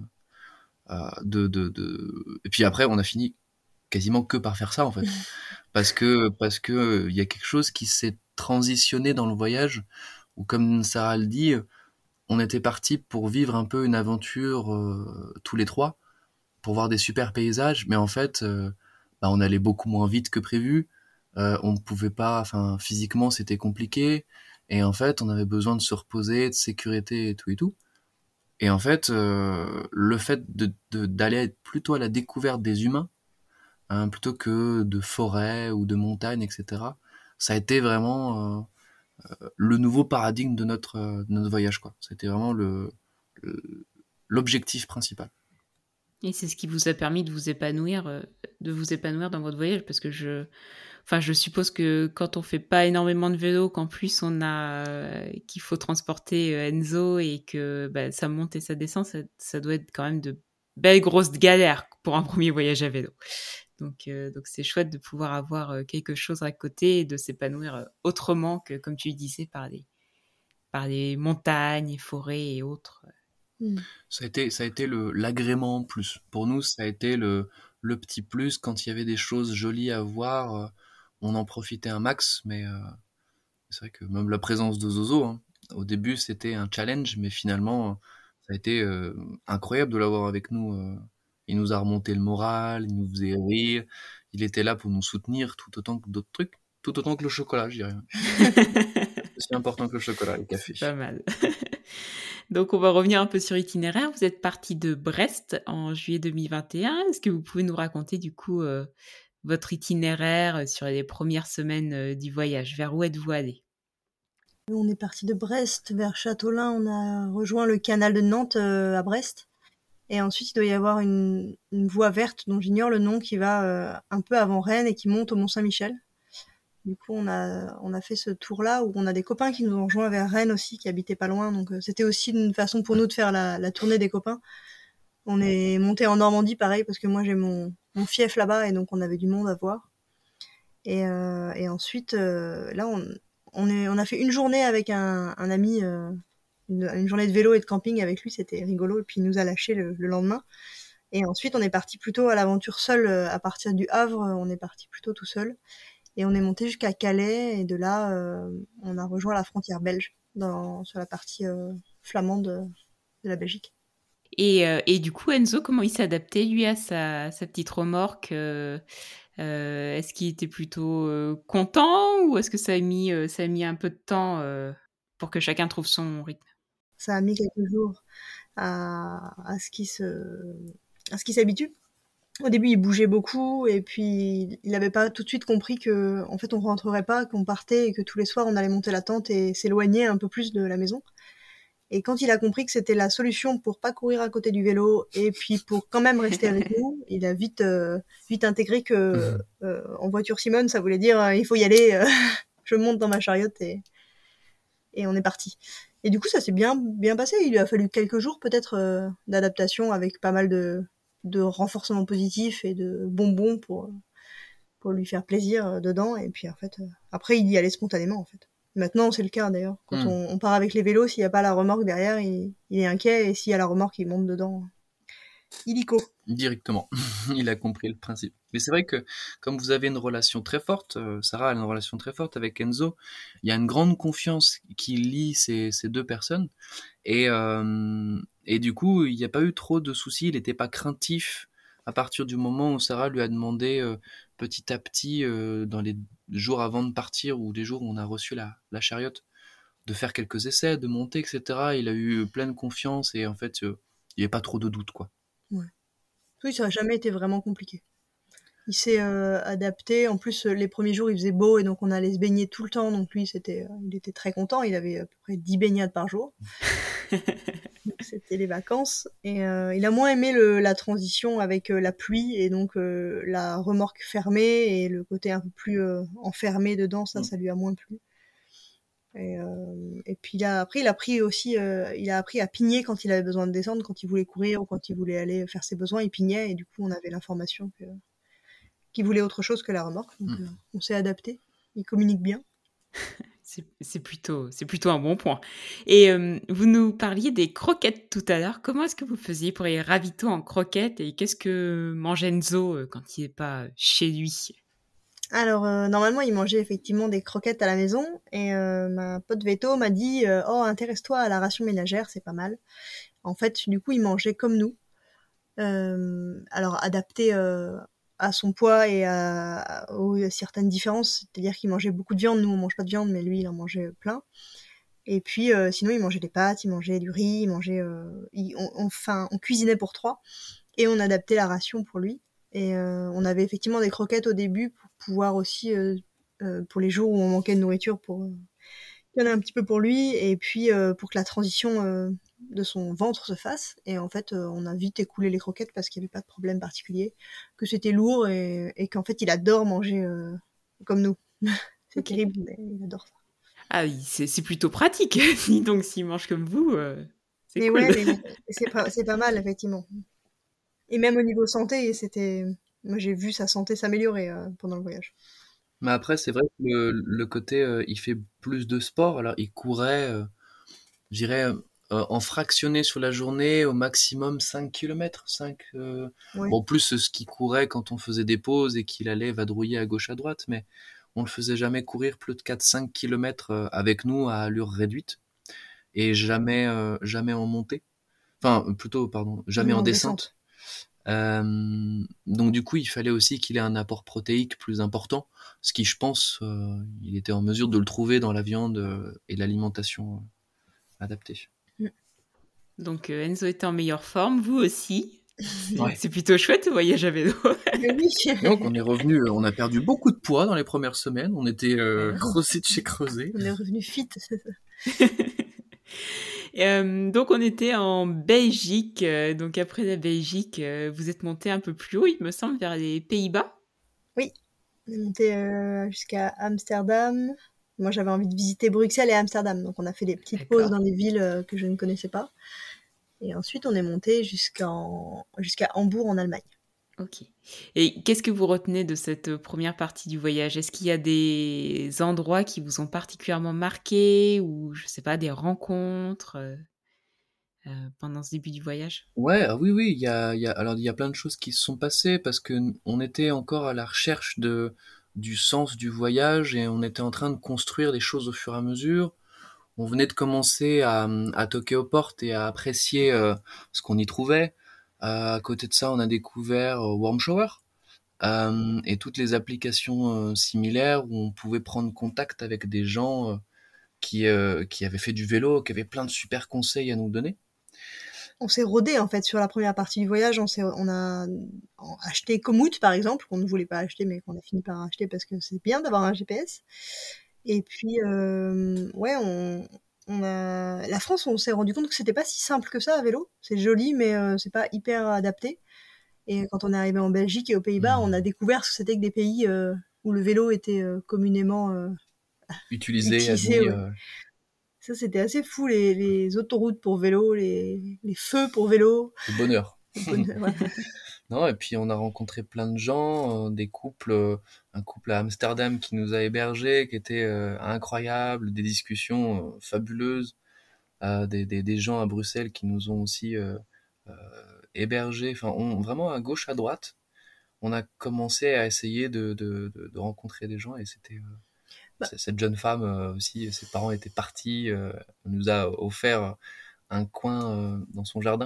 Et puis après, on a fini quasiment que par faire ça, en fait. Parce que y a quelque chose qui s'est transitionné dans le voyage, où comme Sarah le dit, on était partis pour vivre un peu une aventure tous les trois, pour voir des super paysages, mais en fait, on allait beaucoup moins vite que prévu. On ne pouvait pas, enfin, physiquement, c'était compliqué. Et en fait, on avait besoin de se reposer, de sécurité et tout et tout. Et en fait, le fait d'aller plutôt à la découverte des humains, hein, plutôt que de forêts ou de montagnes, etc., ça a été vraiment le nouveau paradigme de notre voyage, quoi. C'était vraiment l'objectif principal. Et c'est ce qui vous a permis de vous épanouir dans votre voyage, parce que je suppose que quand on fait pas énormément de vélo, qu'en plus qu'il faut transporter Enzo et que ça monte et ça descend, ça doit être quand même de belles grosses galères pour un premier voyage à vélo. Donc c'est chouette de pouvoir avoir quelque chose à côté et de s'épanouir autrement que, comme tu disais, par les montagnes, forêts et autres. Ça a été l'agrément en plus. Pour nous, ça a été le petit plus. Quand il y avait des choses jolies à voir, on en profitait un max. Mais c'est vrai que même la présence de Zozo, hein, au début, c'était un challenge, mais finalement, ça a été incroyable de l'avoir avec nous. Il nous a remonté le moral, il nous faisait rire. Il était là pour nous soutenir tout autant que d'autres trucs. Tout autant que le chocolat, je dirais. C'est aussi important que le chocolat et le café. C'est pas mal. Donc, on va revenir un peu sur l'itinéraire. Vous êtes parti de Brest en juillet 2021. Est-ce que vous pouvez nous raconter du coup votre itinéraire sur les premières semaines du voyage? Vers où êtes-vous allé? On est parti de Brest vers Châteaulin. On a rejoint le canal de Nantes à Brest. Et ensuite, il doit y avoir une voie verte dont j'ignore le nom qui va un peu avant Rennes et qui monte au Mont-Saint-Michel. Du coup, on a fait ce tour-là où on a des copains qui nous ont rejoints vers Rennes aussi, qui habitaient pas loin. Donc, c'était aussi une façon pour nous de faire la tournée des copains. On est monté en Normandie, pareil, parce que moi, j'ai mon fief là-bas et donc on avait du monde à voir. Et ensuite, là, on a fait une journée avec un ami, une journée de vélo et de camping avec lui, c'était rigolo. Et puis, il nous a lâchés le lendemain. Et ensuite, on est parti plutôt à l'aventure seul. À partir du Havre, on est parti plutôt tout seul. Et on est monté jusqu'à Calais, et de là, on a rejoint la frontière belge, sur la partie flamande de la Belgique. Et du coup, Enzo, comment il s'est adapté, lui, à sa petite remorque est-ce qu'il était plutôt content, ou est-ce que ça a mis un peu de temps pour que chacun trouve son rythme? Ça a mis quelques jours à ce qu'il s'habitue. Au début, il bougeait beaucoup, et puis il n'avait pas tout de suite compris que, en fait, on rentrerait pas, qu'on partait, et que tous les soirs, on allait monter la tente et s'éloigner un peu plus de la maison. Et quand il a compris que c'était la solution pour pas courir à côté du vélo, et puis pour quand même rester avec nous, il a vite intégré que en voiture Simone, ça voulait dire il faut y aller. Je monte dans ma chariote et on est parti. Et du coup, ça s'est bien passé. Il lui a fallu quelques jours peut-être d'adaptation, avec pas mal de renforcement positif et de bonbons pour lui faire plaisir dedans. Et puis en fait, après, il y allait spontanément en fait. Maintenant, c'est le cas d'ailleurs. Quand on part avec les vélos, s'il n'y a pas la remorque derrière, il est inquiet, et s'il y a la remorque, il monte dedans. Illico. Directement. Il a compris le principe. Mais c'est vrai que, comme vous avez une relation très forte, Sarah a une relation très forte avec Enzo, il y a une grande confiance qui lie ces deux personnes. Et du coup, il n'y a pas eu trop de soucis, il n'était pas craintif à partir du moment où Sarah lui a demandé petit à petit, dans les jours avant de partir, ou les jours où on a reçu la chariote, de faire quelques essais, de monter, etc. Il a eu pleine confiance, et en fait, il n'y avait pas trop de doute, quoi. Ouais. Oui, ça n'a jamais été vraiment compliqué. Il s'est adapté. En plus, les premiers jours, il faisait beau, et donc on allait se baigner tout le temps. Donc lui, il était très content. Il avait à peu près 10 baignades par jour. Donc c'était les vacances. Et il a moins aimé la transition avec la pluie, et donc la remorque fermée et le côté un peu plus enfermé dedans. Ça lui a moins plu. Et puis après, il a appris à pigner quand il avait besoin de descendre, quand il voulait courir ou quand il voulait aller faire ses besoins, il pignait, et du coup on avait l'information qu'il voulait autre chose que la remorque. Donc on s'est adapté. Il communique bien. C'est plutôt un bon point. Et vous nous parliez des croquettes tout à l'heure. Comment est-ce que vous faisiez pour les ravitaux en croquettes, et qu'est-ce que mange Enzo quand il n'est pas chez lui? Alors, normalement, il mangeait effectivement des croquettes à la maison, et ma pote Veto m'a dit « Oh, intéresse-toi à la ration ménagère, c'est pas mal. » En fait, du coup, il mangeait comme nous. Alors, adapté à son poids et à certaines différences, c'est-à-dire qu'il mangeait beaucoup de viande. Nous, on mange pas de viande, mais lui, il en mangeait plein. Et puis, sinon, il mangeait des pâtes, il mangeait du riz, il mangeait... on cuisinait pour 3, et on adaptait la ration pour lui. Et on avait effectivement des croquettes au début pour pouvoir aussi, pour les jours où on manquait de nourriture, pour qu'il y en ait un petit peu pour lui, et puis pour que la transition de son ventre se fasse. Et en fait, on a vite écoulé les croquettes parce qu'il n'y avait pas de problème particulier, que c'était lourd, et qu'en fait, il adore manger comme nous. C'est terrible, mais il adore ça. Ah oui, c'est plutôt pratique. Donc, s'il mange comme vous, c'est mais cool. Ouais, mais c'est pas mal, effectivement. Et même au niveau santé, c'était Moi, j'ai vu sa santé s'améliorer pendant le voyage. Mais après, c'est vrai que le côté, il fait plus de sport. Alors, il courait, je dirais, en fractionné sur la journée, au maximum 5 kilomètres. 5, Ouais. bon, plus ce qu'il courait quand on faisait des pauses et qu'il allait vadrouiller à gauche à droite, mais on le faisait jamais courir plus de 4-5 kilomètres avec nous à allure réduite et jamais en montée. Enfin, plutôt, pardon, jamais en En descente. descente. Donc du coup, il fallait aussi qu'il ait un apport protéique plus important, ce qui, je pense, il était en mesure de le trouver dans la viande et l'alimentation adaptée. Donc Enzo était en meilleure forme, vous aussi. Ouais. C'est plutôt chouette le voyage à vélo. Mais oui. Donc on est revenu, on a perdu beaucoup de poids dans les premières semaines, on était Ouais. creusés de chez creusés. On est revenu fit, c'est ça. Donc on était en Belgique. Donc après la Belgique, vous êtes monté un peu plus haut, il me semble, vers les Pays-Bas. Oui, on est monté jusqu'à Amsterdam. Moi, j'avais envie de visiter Bruxelles et Amsterdam, donc on a fait des petites pauses dans les villes que je ne connaissais pas. Et ensuite, on est monté jusqu'à Hambourg en Allemagne. Ok. Et qu'est-ce que vous retenez de cette première partie du voyage? Est-ce qu'il y a des endroits qui vous ont particulièrement marqué ou, je sais pas, des rencontres pendant ce début du voyage? Ouais, oui, alors il y a plein de choses qui se sont passées parce que on était encore à la recherche du sens du voyage et on était en train de construire les choses au fur et à mesure. On venait de commencer à toquer aux portes et à apprécier ce qu'on y trouvait. À côté de ça, on a découvert Warm Shower et toutes les applications similaires où on pouvait prendre contact avec des gens qui avaient fait du vélo, qui avaient plein de super conseils à nous donner. On s'est rodé en fait sur la première partie du voyage. On a acheté Komoot par exemple, qu'on ne voulait pas acheter mais qu'on a fini par acheter parce que c'est bien d'avoir un GPS. Et puis ouais, la France, on s'est rendu compte que c'était pas si simple que ça à vélo. C'est joli mais c'est pas hyper adapté. Et quand on est arrivé en Belgique et aux Pays-Bas, on a découvert ce que c'était que des pays où le vélo était communément Utilisé, utilisé. admis. Ouais. Ça, c'était assez fou, les autoroutes pour vélo, les feux pour vélo. Le bonheur. Le bonheur, ouais. Non, et puis on a rencontré plein de gens, des couples, un couple à Amsterdam qui nous a hébergés, qui était incroyable, des discussions fabuleuses, des gens à Bruxelles qui nous ont aussi euh, hébergés, enfin vraiment à gauche à droite. On a commencé à essayer de rencontrer des gens et c'était Bah, cette jeune femme aussi, ses parents étaient partis, elle nous a offert un coin dans son jardin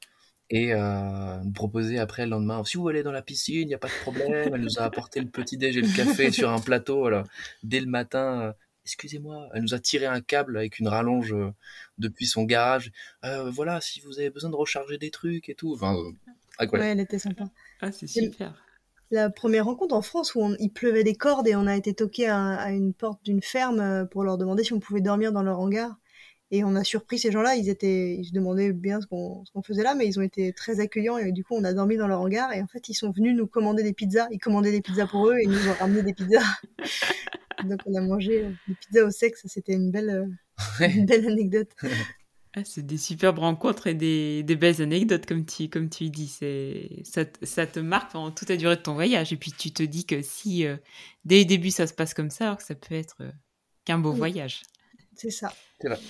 et nous proposer après le lendemain, si vous allez dans la piscine, il n'y a pas de problème. Elle nous a apporté le petit déj et le café sur un plateau alors, dès le matin. Excusez-moi, elle nous a tiré un câble avec une rallonge depuis son garage. Voilà, si vous avez besoin de recharger des trucs et tout. Enfin, incroyable. ouais, elle était sympa. Ah, c'est Et super. la première rencontre en France où il pleuvait des cordes et on a été toqué à une porte d'une ferme pour leur demander si on pouvait dormir dans leur hangar. Et on a surpris ces gens-là, ils se demandaient bien ce qu'on faisait là, mais ils ont été très accueillants et du coup on a dormi dans leur hangar et en fait ils sont venus nous commander des pizzas. Ils commandaient des pizzas pour eux et ils nous ont ramené des pizzas. Donc on a mangé des pizzas au sec, ça c'était une belle anecdote. Ah, c'est des superbes rencontres et des belles anecdotes, comme tu dis. Ça te marque pendant toute la durée de ton voyage. Et puis tu te dis que si dès le début ça se passe comme ça, alors que ça peut être qu'un beau voyage. C'est ça. C'est vrai.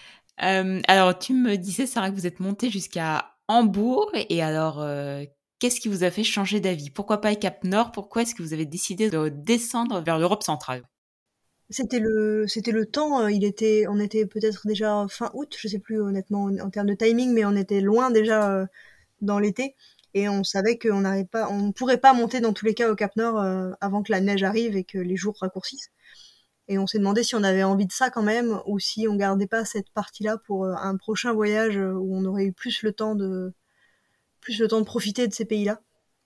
Alors tu me disais, Sarah, que vous êtes montée jusqu'à Hambourg. Et alors, qu'est-ce qui vous a fait changer d'avis? Pourquoi pas le Cap Nord? Pourquoi est-ce que vous avez décidé de descendre vers l'Europe centrale? C'était le temps, on était peut-être déjà fin août, je sais plus honnêtement en termes de timing, mais on était loin déjà dans l'été et on savait on pourrait pas monter dans tous les cas au Cap Nord avant que la neige arrive et que les jours raccourcissent. Et on s'est demandé si on avait envie de ça quand même ou si on gardait pas cette partie-là pour un prochain voyage où on aurait eu plus le temps de profiter de ces pays-là.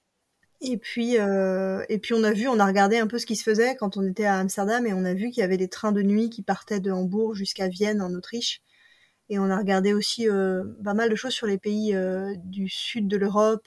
Et puis on a regardé un peu ce qui se faisait quand on était à Amsterdam et on a vu qu'il y avait des trains de nuit qui partaient de Hambourg jusqu'à Vienne en Autriche. Et on a regardé aussi pas mal de choses sur les pays du sud de l'Europe,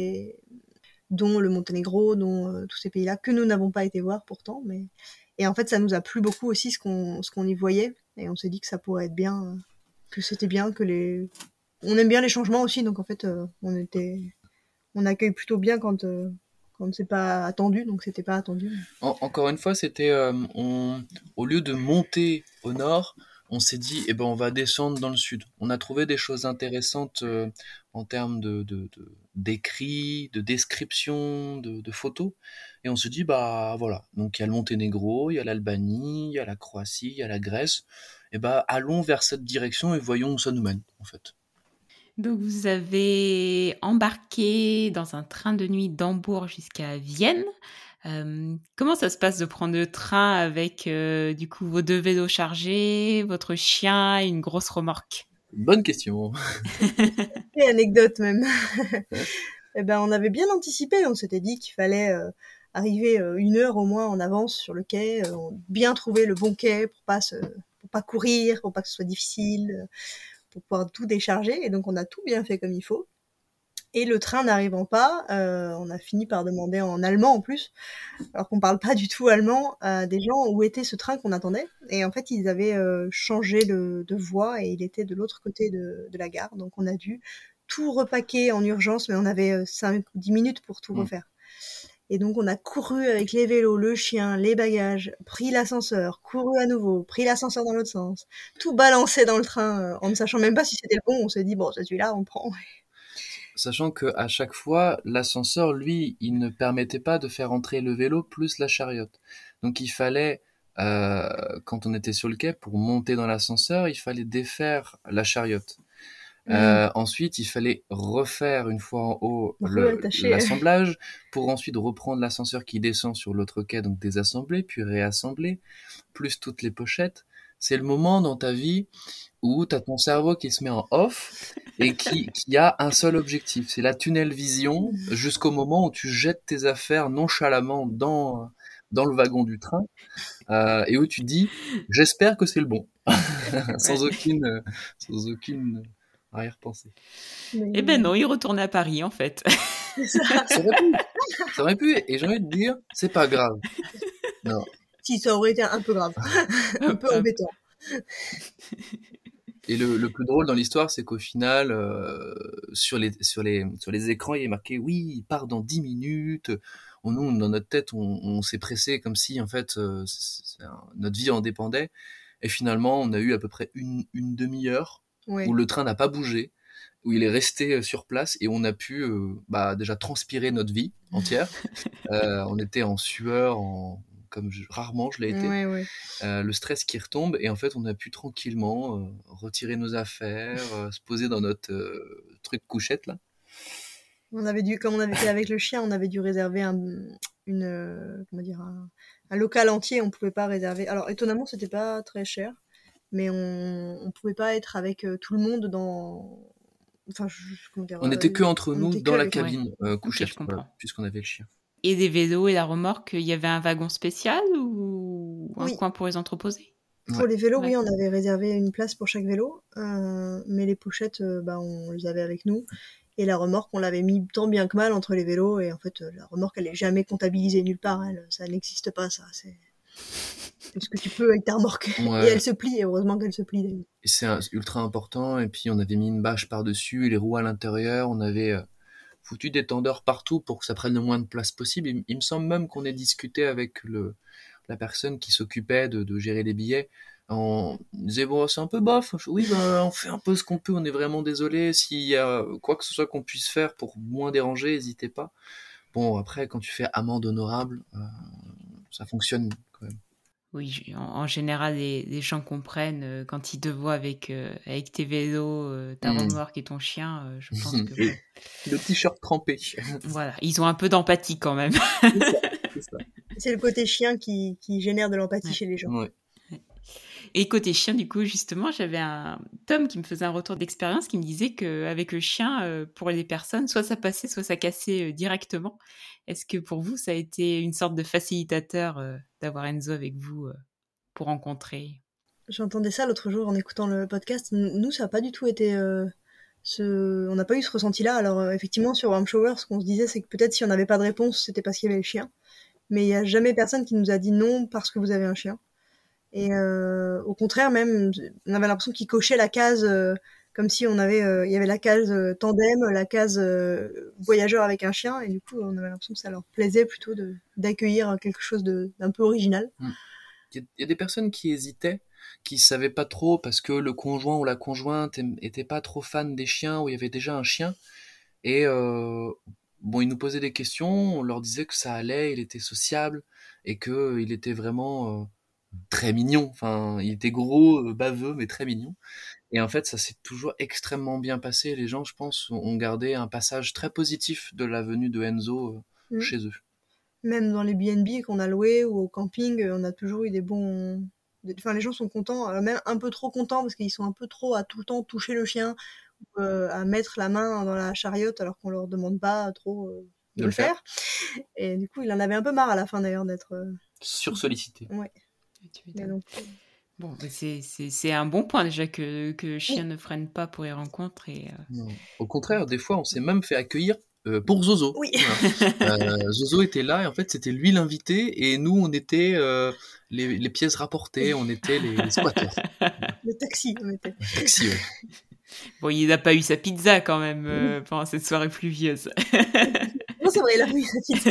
dont le Monténégro, dont tous ces pays-là que nous n'avons pas été voir pourtant. Et en fait, ça nous a plu beaucoup aussi ce qu'on y voyait. Et on s'est dit que ça pourrait être bien, que c'était bien, on aime bien les changements aussi. Donc en fait, on accueille plutôt bien quand c'est pas attendu, donc c'était pas attendu. Encore une fois, c'était au lieu de monter au nord, on s'est dit on va descendre dans le sud. On a trouvé des choses intéressantes en termes d'écrits, de descriptions, de photos, et on se dit bah voilà. Donc il y a le Monténégro, il y a l'Albanie, il y a la Croatie, il y a la Grèce. Allons vers cette direction et voyons où ça nous mène en fait. Donc vous avez embarqué dans un train de nuit d'Hambourg jusqu'à Vienne. Comment ça se passe de prendre le train avec du coup vos 2 vélos chargés, votre chien et une grosse remorque? Bonne question. Et anecdote même. On avait bien anticipé, on s'était dit qu'il fallait arriver 1 heure au moins en avance sur le quai, bien trouver le bon quai pour pas courir, pour pas que ce soit difficile, pour pouvoir tout décharger. Et donc on a tout bien fait comme il faut. Et le train n'arrivant pas, on a fini par demander en allemand en plus, alors qu'on parle pas du tout allemand, à des gens où était ce train qu'on attendait. Et en fait, ils avaient changé de voie et il était de l'autre côté de la gare. Donc on a dû tout repaquer en urgence, mais on avait 5-10 minutes pour tout refaire. Et donc on a couru avec les vélos, le chien, les bagages, pris l'ascenseur, couru à nouveau, pris l'ascenseur dans l'autre sens, tout balancé dans le train, en ne sachant même pas si c'était le bon. On s'est dit bon, c'est celui-là, on prend. Sachant que à chaque fois, l'ascenseur, lui, il ne permettait pas de faire entrer le vélo plus la chariote. Donc il fallait, quand on était sur le quai, pour monter dans l'ascenseur, il fallait défaire la chariote. Ensuite, il fallait refaire une fois en haut l'assemblage pour ensuite reprendre l'ascenseur qui descend sur l'autre quai, donc désassembler, puis réassembler, plus toutes les pochettes. C'est le moment dans ta vie où tu as ton cerveau qui se met en off et qui a un seul objectif, c'est la tunnel vision jusqu'au moment où tu jettes tes affaires nonchalamment dans le wagon du train et où tu dis j'espère que c'est le bon sans aucune arrière-pensée. Eh ben non, il retourne à Paris en fait. Ça aurait pu, et j'ai envie de dire c'est pas grave. Non. Si, ça aurait été un peu grave, un peu embêtant. Et le plus drôle dans l'histoire, c'est qu'au final, sur les écrans, il est marqué oui, il part dans 10 minutes. Nous, dans notre tête, on s'est pressé comme si en fait notre vie en dépendait. Et finalement, on a eu à peu près une demi-heure où le train n'a pas bougé, où il est resté sur place et on a pu déjà transpirer notre vie entière. On était en sueur, comme rarement je l'ai été, le stress qui retombe et en fait on a pu tranquillement retirer nos affaires, se poser dans notre truc couchette là. Comme on avait fait avec le chien, on avait dû réserver un local entier, on pouvait pas réserver. Alors étonnamment c'était pas très cher, mais on pouvait pas être avec tout le monde dans. Enfin, on était que entre nous dans la cabine couchette, puisqu'on avait le chien. Et des vélos et la remorque, il y avait un wagon spécial ou un coin pour les entreposer? Pour les vélos, oui, on avait réservé une place pour chaque vélo, mais les pochettes, on les avait avec nous. Et la remorque, on l'avait mis tant bien que mal entre les vélos, et en fait, la remorque, elle est jamais comptabilisée nulle part, ça n'existe pas, ça. C'est ce que tu peux avec ta remorque. Et elle se plie, et heureusement qu'elle se plie d'ailleurs. Et c'est ultra important, et puis on avait mis une bâche par-dessus, les roues à l'intérieur, on avait foutu des tendeurs partout pour que ça prenne le moins de place possible. Il me semble même qu'on ait discuté avec la personne qui s'occupait de gérer les billets. On disait bon, c'est un peu bof, oui, on fait un peu ce qu'on peut, on est vraiment désolé, s'il y a quoi que ce soit qu'on puisse faire pour moins déranger, n'hésitez pas. Bon, après, quand tu fais amende honorable, ça fonctionne quand même. Oui, en général, les gens comprennent quand ils te voient avec tes vélos, ta remorque et ton chien. Je pense que le t-shirt trempé. Voilà, ils ont un peu d'empathie quand même. C'est ça. C'est le côté chien qui génère de l'empathie chez les gens. Ouais. Et côté chien, du coup, justement, j'avais un Tom qui me faisait un retour d'expérience qui me disait qu'avec le chien, pour les personnes, soit ça passait, soit ça cassait directement. Est-ce que pour vous, ça a été une sorte de facilitateur d'avoir Enzo avec vous pour rencontrer? J'entendais ça l'autre jour en écoutant le podcast. Nous, ça n'a pas du tout été... On n'a pas eu ce ressenti-là. Alors, effectivement, sur Warm Shower, ce qu'on se disait, c'est que peut-être si on n'avait pas de réponse, c'était parce qu'il y avait le chien. Mais il n'y a jamais personne qui nous a dit non parce que vous avez un chien. Et au contraire, même, on avait l'impression qu'il cochait la case comme si il y avait la case tandem, la case voyageur avec un chien, et du coup, on avait l'impression que ça leur plaisait plutôt d'accueillir quelque chose d'un peu original. Il y a des personnes qui hésitaient, qui savaient pas trop parce que le conjoint ou la conjointe était pas trop fan des chiens ou il y avait déjà un chien. Et bon, ils nous posaient des questions, on leur disait que ça allait, il était sociable et que il était vraiment très mignon. Enfin, il était gros, baveux, mais très mignon. Et en fait, ça s'est toujours extrêmement bien passé. Les gens, je pense, ont gardé un passage très positif de la venue de Enzo chez eux. Même dans les B&B qu'on a loués ou au camping, on a toujours eu des bons... Enfin, les gens sont contents, même un peu trop contents parce qu'ils sont un peu trop à tout le temps toucher le chien, à mettre la main dans la chariote alors qu'on leur demande pas trop de le faire. Et du coup, il en avait un peu marre à la fin d'ailleurs d'être... Sursollicité. Ouais. Donc, bon, c'est un bon point déjà que le chien ne freine pas pour les rencontres. Non. Au contraire, des fois, on s'est même fait accueillir pour Zozo. Oui. Voilà. Zozo était là et en fait, c'était lui l'invité et nous, on était les pièces rapportées, on était les squatteurs. Le taxi, on était. Le taxi, ouais. Bon, il n'a pas eu sa pizza quand même pendant cette soirée pluvieuse. Non, c'est vrai, il a eu sa pizza.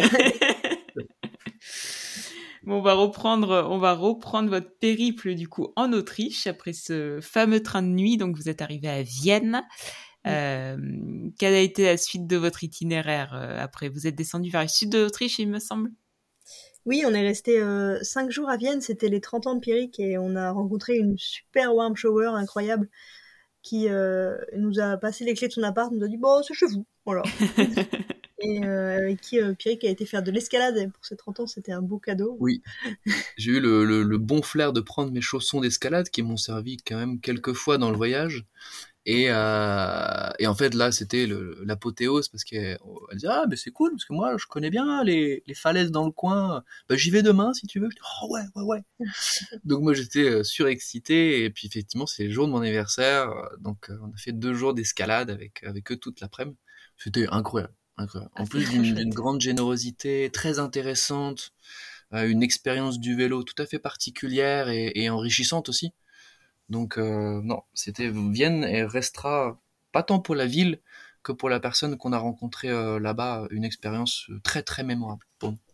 Bon, on va reprendre votre périple du coup en Autriche après ce fameux train de nuit. Donc, vous êtes arrivé à Vienne. Quelle a été la suite de votre itinéraire après? Vous êtes descendu vers le sud de l'Autriche, il me semble. Oui, on est resté 5 jours à Vienne. C'était les 30 ans de Pierrick et on a rencontré une super warm shower incroyable qui nous a passé les clés de son appart, nous a dit bon, c'est chez vous, voilà. Et avec qui Pierrick a été faire de l'escalade, et pour ses 30 ans, c'était un beau cadeau. Oui, j'ai eu le bon flair de prendre mes chaussons d'escalade qui m'ont servi quand même quelques fois dans le voyage. Et en fait, là, c'était l'apothéose parce qu'elle disait ah mais c'est cool parce que moi je connais bien les falaises dans le coin. Bah, j'y vais demain si tu veux. Je dis, oh ouais. Donc moi j'étais surexcité et puis effectivement c'est le jour de mon anniversaire, donc on a fait 2 jours d'escalade avec eux toute l'après-midi. C'était incroyable. En plus d'une grande générosité, très intéressante, une expérience du vélo tout à fait particulière et enrichissante aussi. Donc non, c'était Vienne et restera pas tant pour la ville que pour la personne qu'on a rencontrée là-bas, une expérience très très mémorable pour nous.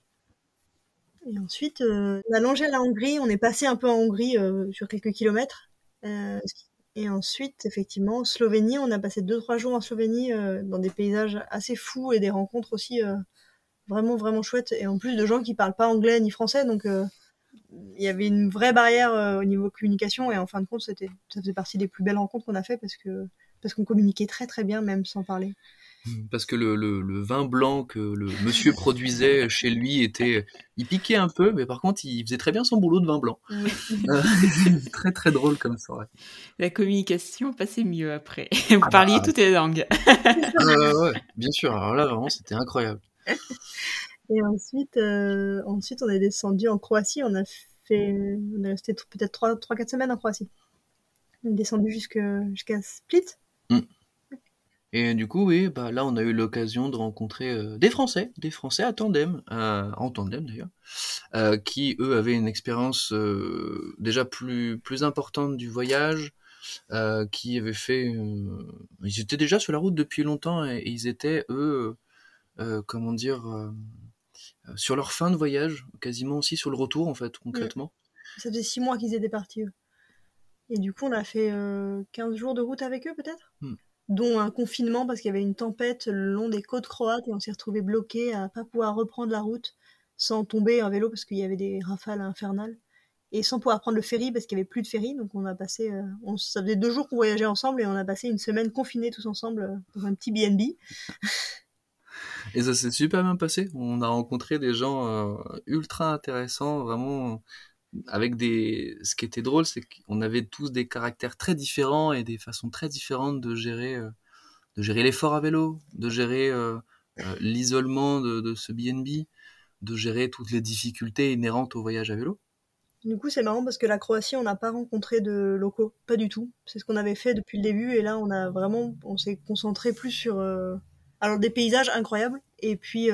Et ensuite, on a longé la Hongrie, on est passé un peu en Hongrie sur quelques kilomètres. Et ensuite, effectivement, Slovénie, on a passé 2-3 jours en Slovénie dans des paysages assez fous et des rencontres aussi vraiment, vraiment chouettes. Et en plus de gens qui parlent pas anglais ni français, donc il y avait une vraie barrière au niveau communication. Et en fin de compte, ça faisait partie des plus belles rencontres qu'on a fait parce qu'on communiquait très très bien, même sans parler. Parce que le vin blanc que le monsieur produisait chez lui il piquait un peu, mais par contre il faisait très bien son boulot de vin blanc. Oui. Très très drôle comme ça. Ouais. La communication passait mieux après. Vous parliez toutes les langues. Ouais, bien sûr. Alors là vraiment c'était incroyable. Et ensuite, on est descendu en Croatie. On est resté peut-être 3-4 semaines en Croatie. On est descendu jusqu'à Split. Et du coup, oui, bah là, on a eu l'occasion de rencontrer des Français en tandem d'ailleurs, qui eux avaient une expérience déjà plus importante du voyage, qui avaient fait, ils étaient déjà sur la route depuis longtemps et ils étaient eux, comment dire, sur leur fin de voyage, quasiment aussi sur le retour en fait, concrètement. Ça faisait 6 mois qu'ils étaient partis. Eux. Et du coup, on a fait 15 jours de route avec eux peut-être. Dont un confinement parce qu'il y avait une tempête le long des côtes croates et on s'est retrouvés bloqués à pas pouvoir reprendre la route sans tomber en vélo parce qu'il y avait des rafales infernales et sans pouvoir prendre le ferry parce qu'il y avait plus de ferry. Donc on a passé, ça faisait 2 jours qu'on voyageait ensemble et on a passé une semaine confinés tous ensemble dans un petit B&B. Et ça s'est super bien passé. On a rencontré des gens ultra intéressants, vraiment. Ce qui était drôle, c'est qu'on avait tous des caractères très différents et des façons très différentes de gérer l'effort à vélo, de gérer l'isolement de ce B&B, de gérer toutes les difficultés inhérentes au voyage à vélo. Du coup, c'est marrant parce que la Croatie, on n'a pas rencontré de locaux, pas du tout. C'est ce qu'on avait fait depuis le début et là, on s'est concentré plus sur alors des paysages incroyables et puis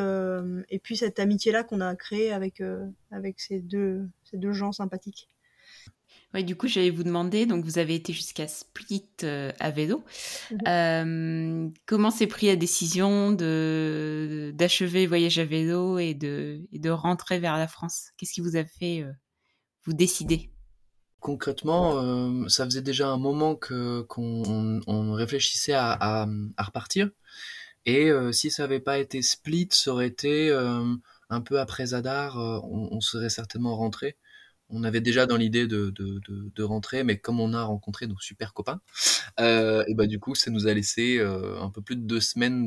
cette amitié-là qu'on a créée avec ces deux gens sympathiques. Ouais, du coup, j'allais vous demander, donc vous avez été jusqu'à Split à vélo. Comment s'est pris la décision d'achever le voyage à vélo et de rentrer vers la France? Qu'est-ce qui vous a fait vous décider? Concrètement, ça faisait déjà un moment qu'on réfléchissait à repartir. Et si ça avait pas été Split, ça aurait été un peu après Zadar, on serait certainement rentré. On avait déjà dans l'idée de rentrer, mais comme on a rencontré nos super copains, et bah du coup, ça nous a laissé un peu plus de 2 semaines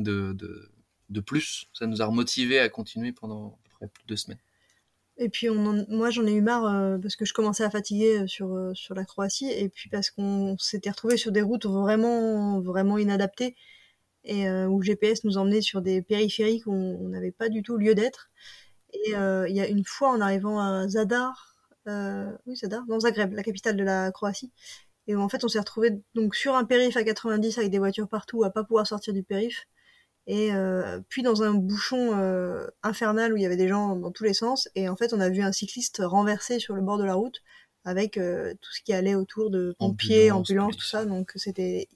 de plus. Ça nous a remotivé à continuer pendant à peu près plus de 2 semaines. Et puis moi j'en ai eu marre parce que je commençais à fatiguer sur la Croatie et puis parce qu'on s'était retrouvé sur des routes vraiment vraiment inadaptées et où le GPS nous emmenait sur des périphériques où on n'avait pas du tout lieu d'être. Et il y a une fois en arrivant à Zadar, oui Zadar, non Zagreb, la capitale de la Croatie, et où en fait on s'est retrouvé donc sur un périph' à 90 avec des voitures partout à pas pouvoir sortir du périph'. Et puis dans un bouchon infernal où il y avait des gens dans tous les sens, et en fait on a vu un cycliste renversé sur le bord de la route avec tout ce qui allait autour de pompiers, ambulances, tout ça, donc c'était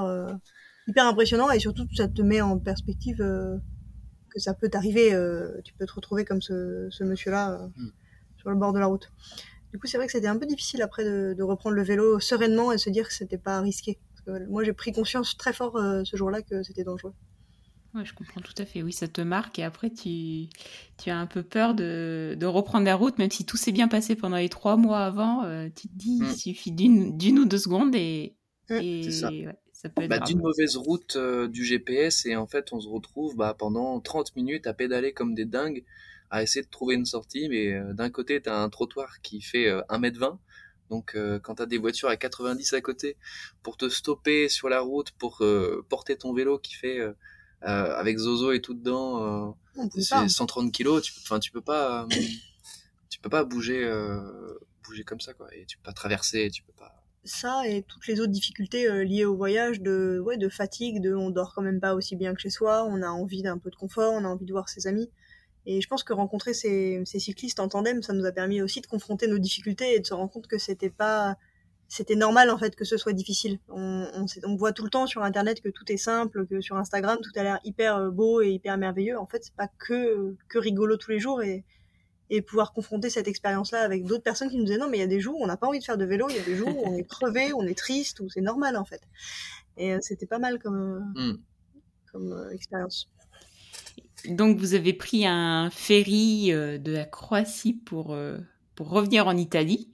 hyper impressionnant, et surtout ça te met en perspective que ça peut t'arriver, tu peux te retrouver comme ce monsieur-là sur le bord de la route. Du coup c'est vrai que c'était un peu difficile après de reprendre le vélo sereinement et se dire que c'était pas risqué. Parce que moi j'ai pris conscience très fort ce jour-là que c'était dangereux. Ouais, je comprends tout à fait. Oui, ça te marque et après tu as un peu peur de reprendre la route, même si tout s'est bien passé pendant les 3 mois avant. Tu te dis, il suffit d'une ou 2 secondes C'est ça. ouais, ça peut être Bah, grave. d'une mauvaise route du GPS, et en fait on se retrouve pendant 30 minutes à pédaler comme des dingues, à essayer de trouver une sortie, mais d'un côté t'as un trottoir qui fait 1,20 m, donc quand t'as des voitures à 90 à côté, pour te stopper sur la route, pour porter ton vélo qui fait avec Zozo et tout dedans, c'est 130 kilos, tu peux pas bouger comme ça, quoi, et tu peux pas traverser, tu peux pas. Ça et toutes les autres difficultés liées au voyage, de fatigue, on dort quand même pas aussi bien que chez soi, on a envie d'un peu de confort, on a envie de voir ses amis. Et je pense que rencontrer ces cyclistes en tandem, ça nous a permis aussi de confronter nos difficultés et de se rendre compte que c'était normal en fait que ce soit difficile. On voit tout le temps sur internet que tout est simple, que sur Instagram tout a l'air hyper beau et hyper merveilleux. En fait, c'est pas que rigolo tous les jours, et pouvoir confronter cette expérience-là avec d'autres personnes qui nous disaient non, mais il y a des jours où on n'a pas envie de faire de vélo, il y a des jours où on est crevé, on est triste, où c'est normal en fait. Et c'était pas mal comme expérience. Donc vous avez pris un ferry de la Croatie pour revenir en Italie.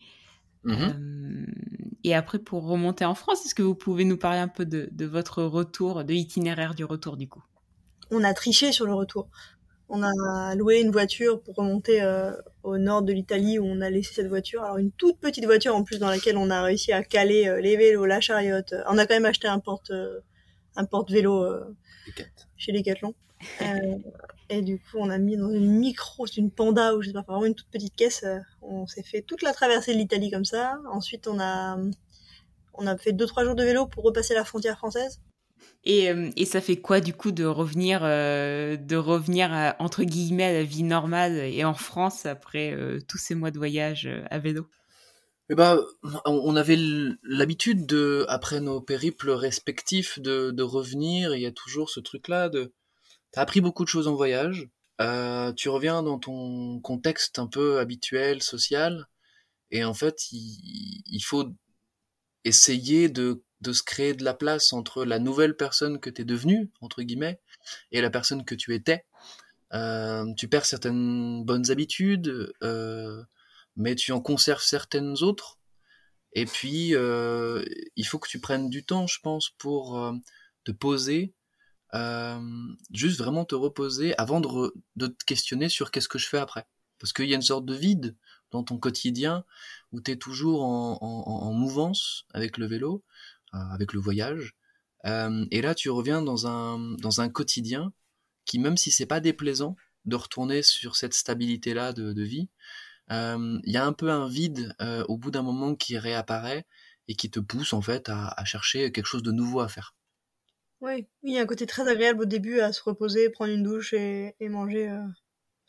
Et après pour remonter en France. Est-ce que vous pouvez nous parler un peu de votre retour, de l'itinéraire du retour du coup? On a triché sur le retour. On a loué une voiture pour remonter au nord de l'Italie, où on a laissé cette voiture. Alors une toute petite voiture en plus, dans laquelle on a réussi à caler les vélos, la chariote. On a quand même acheté un porte-vélo chez Decathlon. Et du coup, on a mis dans une micro, c'est une Panda, ou je sais pas, vraiment une toute petite caisse. On s'est fait toute la traversée de l'Italie comme ça. Ensuite, on a fait 2-3 jours de vélo pour repasser la frontière française. Et ça fait quoi du coup de revenir entre guillemets à la vie normale et en France après tous ces mois de voyage à vélo? Eh ben, on avait l'habitude après nos périples respectifs, de revenir. Il y a toujours ce truc-là t'as appris beaucoup de choses en voyage. Tu reviens dans ton contexte un peu habituel, social, et en fait, il faut essayer de se créer de la place entre la nouvelle personne que t'es devenue, entre guillemets, et la personne que tu étais. Tu perds certaines bonnes habitudes, mais tu en conserves certaines autres. Et puis, il faut que tu prennes du temps, je pense, pour te poser, juste vraiment te reposer avant de te questionner sur qu'est-ce que je fais après. Parce qu'il y a une sorte de vide dans ton quotidien où tu es toujours en mouvance avec le vélo, avec le voyage. Et là, tu reviens dans un quotidien qui, même si c'est pas déplaisant de retourner sur cette stabilité-là de vie, il y a un peu un vide au bout d'un moment qui réapparaît et qui te pousse en fait à chercher quelque chose de nouveau à faire. Oui, il y a un côté très agréable au début à se reposer, prendre une douche et manger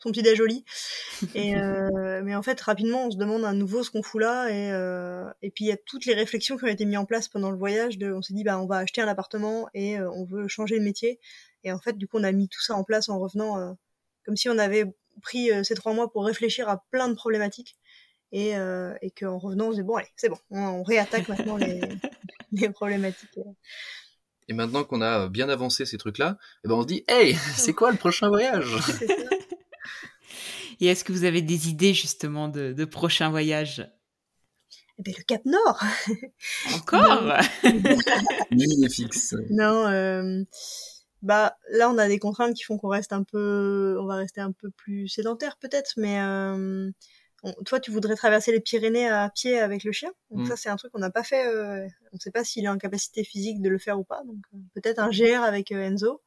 son petit déj au lit. Mais en fait, rapidement, on se demande à nouveau ce qu'on fout là. Et puis, il y a toutes les réflexions qui ont été mises en place pendant le voyage. On s'est dit, on va acheter un appartement et on veut changer de métier. Et en fait, du coup, on a mis tout ça en place en revenant, comme si on avait pris ces 3 mois pour réfléchir à plein de problématiques. Et qu'en revenant, on se dit, bon, allez, c'est bon, on réattaque maintenant les problématiques. Et maintenant qu'on a bien avancé ces trucs-là, on se dit, hey, c'est quoi le prochain voyage? C'est ça. Et est-ce que vous avez des idées justement de prochains voyages? Le Cap Nord. Encore? Lui, il est fixe. Non, là on a des contraintes qui font on va rester un peu plus sédentaire peut-être, mais toi tu voudrais traverser les Pyrénées à pied avec le chien, donc ça c'est un truc qu'on n'a pas fait, on ne sait pas s'il est en capacité physique de le faire ou pas, donc peut-être un GR avec Enzo.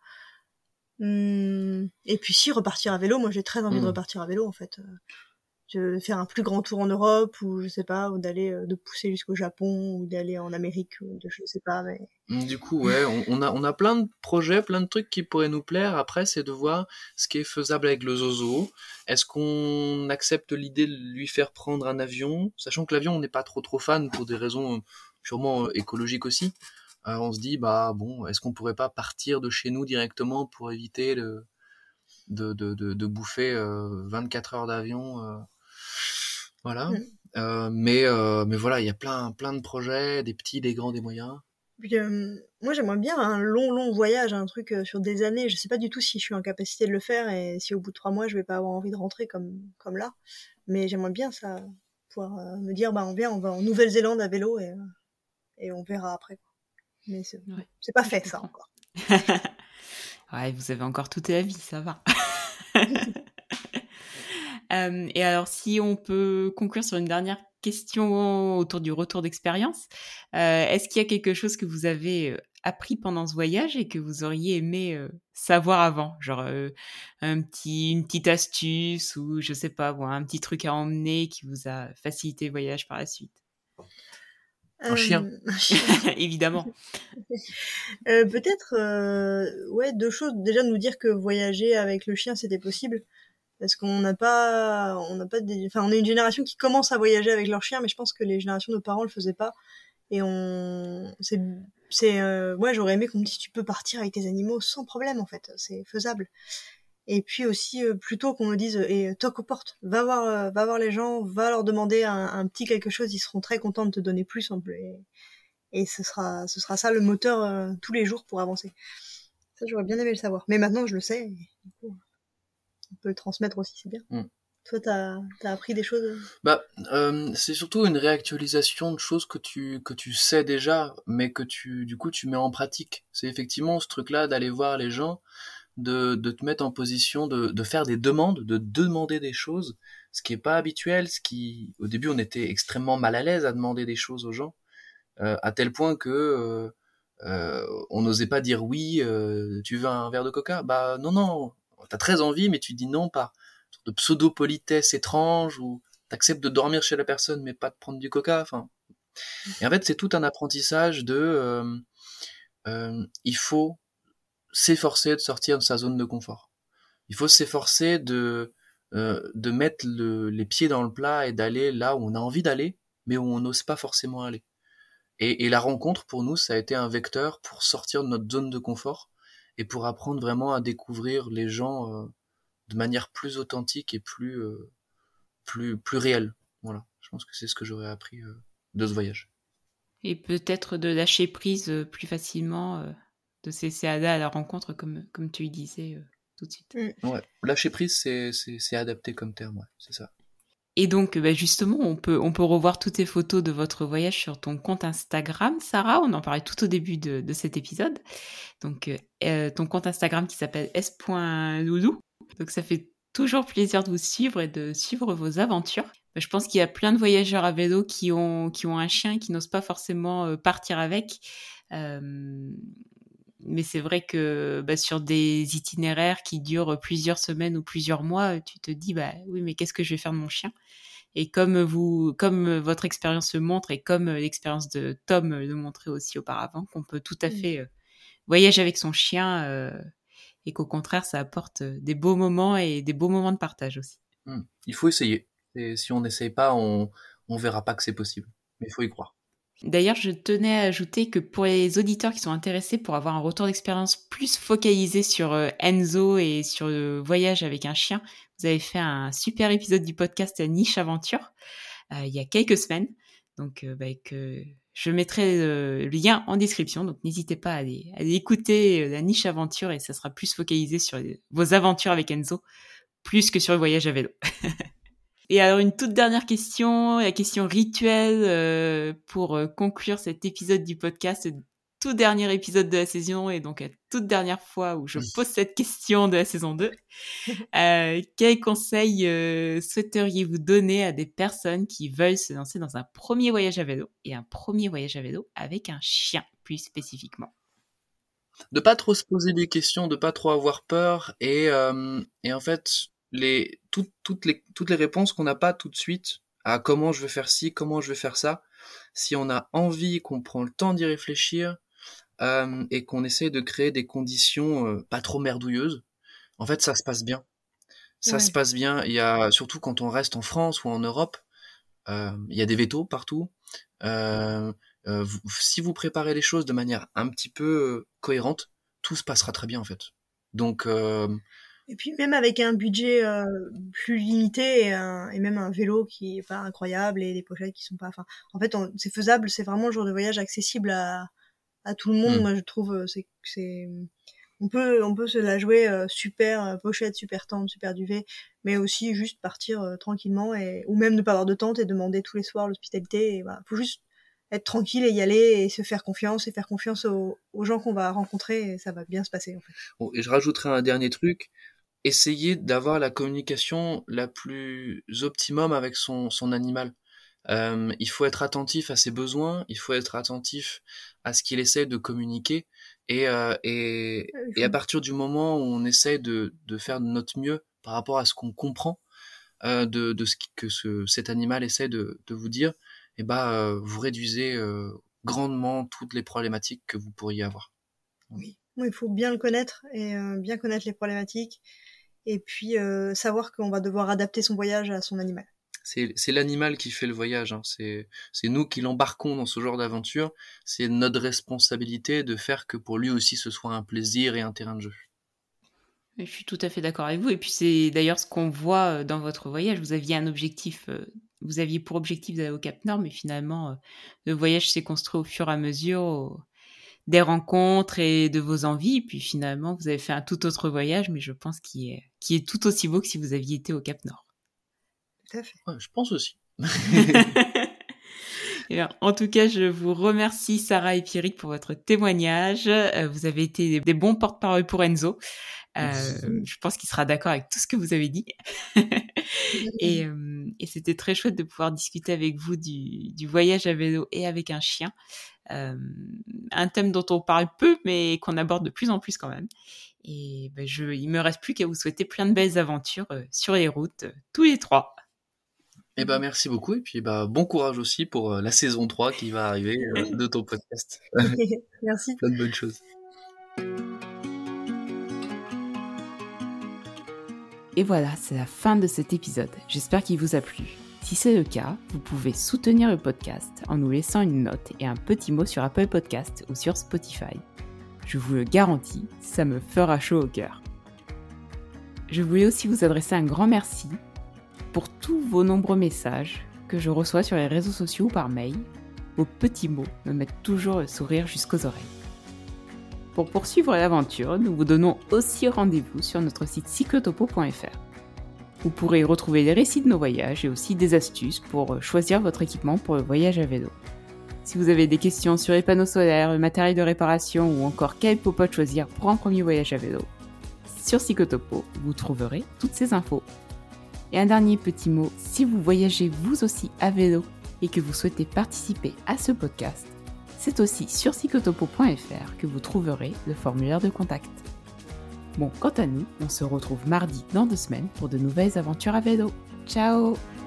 Et puis si repartir à vélo, moi j'ai très envie de repartir à vélo en fait. De faire un plus grand tour en Europe, ou je sais pas, ou d'aller de pousser jusqu'au Japon, ou d'aller en Amérique, ou je sais pas, mais... Du coup, ouais, on a plein de projets, plein de trucs qui pourraient nous plaire. Après, c'est de voir ce qui est faisable avec le Zozo. Est-ce qu'on accepte l'idée de lui faire prendre un avion, sachant que l'avion, on n'est pas trop fan pour des raisons purement écologiques aussi. On se dit, est-ce qu'on pourrait pas partir de chez nous directement pour éviter de bouffer 24 heures d'avion voilà. Mais voilà, il y a plein de projets, des petits, des grands, des moyens. Puis, moi, j'aimerais bien un long voyage, un truc sur des années. Je sais pas du tout si je suis en capacité de le faire et si au bout de 3 mois, je vais pas avoir envie de rentrer comme là. Mais j'aimerais bien ça, pouvoir me dire, on va en Nouvelle-Zélande à vélo et on verra après. Mais c'est pas fait, ça, encore. Ouais, vous avez encore toute la vie, ça va. Et alors, si on peut conclure sur une dernière question autour du retour d'expérience, est-ce qu'il y a quelque chose que vous avez appris pendant ce voyage et que vous auriez aimé savoir avant, genre une petite astuce ou je sais pas, un petit truc à emmener qui vous a facilité le voyage par la suite? Un chien. Évidemment. Peut-être, 2 choses. Déjà, de nous dire que voyager avec le chien, c'était possible. Parce qu'on on est une génération qui commence à voyager avec leur chien, mais je pense que les générations de nos parents le faisaient pas. Et j'aurais aimé qu'on me dise, tu peux partir avec tes animaux sans problème, en fait. C'est faisable. Et puis aussi, plutôt qu'on me dise, toque aux portes. Va voir les gens, va leur demander un petit quelque chose, ils seront très contents de te donner plus, en plus. Et ce sera ça le moteur, tous les jours pour avancer. Ça, j'aurais bien aimé le savoir. Mais maintenant, je le sais. Et du coup, on peut le transmettre aussi, c'est bien. Toi, t'as appris des choses? C'est surtout une réactualisation de choses que tu sais déjà, mais que tu mets en pratique. C'est effectivement ce truc-là d'aller voir les gens, de te mettre en position de faire des demandes, de demander des choses, ce qui est pas habituel, au début on était extrêmement mal à l'aise à demander des choses aux gens, à tel point que on n'osait pas dire oui, tu veux un verre de coca? Non, t'as très envie, mais tu dis non par de pseudo-politesse étrange, ou t'acceptes de dormir chez la personne mais pas de prendre du coca, enfin. Et en fait, c'est tout un apprentissage il faut s'efforcer de sortir de sa zone de confort. Il faut s'efforcer de mettre les pieds dans le plat et d'aller là où on a envie d'aller, mais où on n'ose pas forcément aller. Et la rencontre, pour nous, ça a été un vecteur pour sortir de notre zone de confort et pour apprendre vraiment à découvrir les gens de manière plus authentique et plus réelle. Voilà. Je pense que c'est ce que j'aurais appris de ce voyage. Et peut-être de lâcher prise plus facilement, de se laisser aller à la rencontre, comme tu y disais tout de suite. Ouais, lâcher prise, c'est adapté comme terme, ouais, c'est ça. Et donc, justement, on peut revoir toutes les photos de votre voyage sur ton compte Instagram, Sarah. On en parlait tout au début de cet épisode. Donc, ton compte Instagram qui s'appelle s.loulou. Donc, ça fait toujours plaisir de vous suivre et de suivre vos aventures. Je pense qu'il y a plein de voyageurs à vélo qui ont un chien et qui n'osent pas forcément partir avec. Mais c'est vrai que sur des itinéraires qui durent plusieurs semaines ou plusieurs mois, tu te dis, oui, mais qu'est-ce que je vais faire de mon chien? Et comme votre expérience le montre, et comme l'expérience de Tom le montrait aussi auparavant, qu'on peut tout à fait voyager avec son chien et qu'au contraire, ça apporte des beaux moments et des beaux moments de partage aussi. Il faut essayer. Et si on n'essaye pas, on verra pas que c'est possible. Mais il faut y croire. D'ailleurs, je tenais à ajouter que pour les auditeurs qui sont intéressés pour avoir un retour d'expérience plus focalisé sur Enzo et sur le voyage avec un chien, vous avez fait un super épisode du podcast Niche Aventure il y a quelques semaines. Donc, que je mettrai le lien en description. Donc, n'hésitez pas à aller écouter la Niche Aventure et ça sera plus focalisé sur vos aventures avec Enzo, plus que sur le voyage à vélo. Et alors, une toute dernière question, la question rituelle pour conclure cet épisode du podcast, tout dernier épisode de la saison et donc la toute dernière fois où je pose cette question de la saison 2. Quel conseil souhaiteriez-vous donner à des personnes qui veulent se lancer dans un premier voyage à vélo et un premier voyage à vélo avec un chien plus spécifiquement? De pas trop se poser des questions, de pas trop avoir peur et en fait toutes les réponses qu'on n'a pas tout de suite à comment je vais faire ci, comment je vais faire ça, si on a envie, qu'on prend le temps d'y réfléchir et qu'on essaie de créer des conditions pas trop merdouilleuses, en fait ça se passe bien. Ça se passe bien. Il y a surtout quand on reste en France ou en Europe, il y a des vétos partout. Si vous préparez les choses de manière un petit peu cohérente, tout se passera très bien en fait. Donc et puis même avec un budget plus limité et même un vélo qui est pas incroyable et des pochettes qui sont pas, enfin, en fait, c'est faisable. C'est vraiment le genre de voyage accessible à tout le monde. Moi, je trouve on peut se la jouer super pochette, super tente, super duvet, mais aussi juste partir tranquillement ou même ne pas avoir de tente et demander tous les soirs l'hospitalité. Et voilà, faut juste être tranquille et y aller et se faire confiance aux gens qu'on va rencontrer et ça va bien se passer en fait. Bon, et je rajouterai un dernier truc. Essayez d'avoir la communication la plus optimum avec son animal. Il faut être attentif à ses besoins, il faut être attentif à ce qu'il essaie de communiquer et à partir du moment où on essaie de faire de notre mieux par rapport à ce qu'on comprend de ce que cet animal essaie de vous dire, et vous réduisez grandement toutes les problématiques que vous pourriez avoir. Oui, il faut bien le connaître et bien connaître les problématiques et puis savoir qu'on va devoir adapter son voyage à son animal. C'est l'animal qui fait le voyage, hein. C'est nous qui l'embarquons dans ce genre d'aventure. C'est notre responsabilité de faire que pour lui aussi ce soit un plaisir et un terrain de jeu. Je suis tout à fait d'accord avec vous. Et puis c'est d'ailleurs ce qu'on voit dans votre voyage. Vous aviez un objectif, vous aviez pour objectif d'aller au Cap Nord, mais finalement le voyage s'est construit au fur et à mesure des rencontres et de vos envies. Puis finalement vous avez fait un tout autre voyage, mais je pense qui est tout aussi beau que si vous aviez été au Cap Nord. Tout à fait. Ouais, je pense aussi. Et alors, en tout cas, je vous remercie Sarah et Pierrick pour votre témoignage. Vous avez été des bons porte-parole pour Enzo. Je pense qu'il sera d'accord avec tout ce que vous avez dit. Et c'était très chouette de pouvoir discuter avec vous du voyage à vélo et avec un chien. Un thème dont on parle peu, mais qu'on aborde de plus en plus quand même. Et il me reste plus qu'à vous souhaiter plein de belles aventures sur les routes, tous les trois. Merci beaucoup et puis bon courage aussi pour la saison 3 qui va arriver de ton podcast. Merci. Plein de bonnes choses. Et voilà, c'est la fin de cet épisode. J'espère qu'il vous a plu. Si c'est le cas, vous pouvez soutenir le podcast en nous laissant une note et un petit mot sur Apple Podcast ou sur Spotify. Je vous le garantis, ça me fera chaud au cœur. Je voulais aussi vous adresser un grand merci pour tous vos nombreux messages que je reçois sur les réseaux sociaux ou par mail. Vos petits mots me mettent toujours le sourire jusqu'aux oreilles. Pour poursuivre l'aventure, nous vous donnons aussi rendez-vous sur notre site cyclotopo.fr. Vous pourrez y retrouver les récits de nos voyages et aussi des astuces pour choisir votre équipement pour le voyage à vélo. Si vous avez des questions sur les panneaux solaires, le matériel de réparation ou encore quel popote choisir pour un premier voyage à vélo, sur Cyclotopo, vous trouverez toutes ces infos. Et un dernier petit mot, si vous voyagez vous aussi à vélo et que vous souhaitez participer à ce podcast, c'est aussi sur cyclotopo.fr que vous trouverez le formulaire de contact. Bon, quant à nous, on se retrouve mardi dans 2 semaines pour de nouvelles aventures à vélo. Ciao!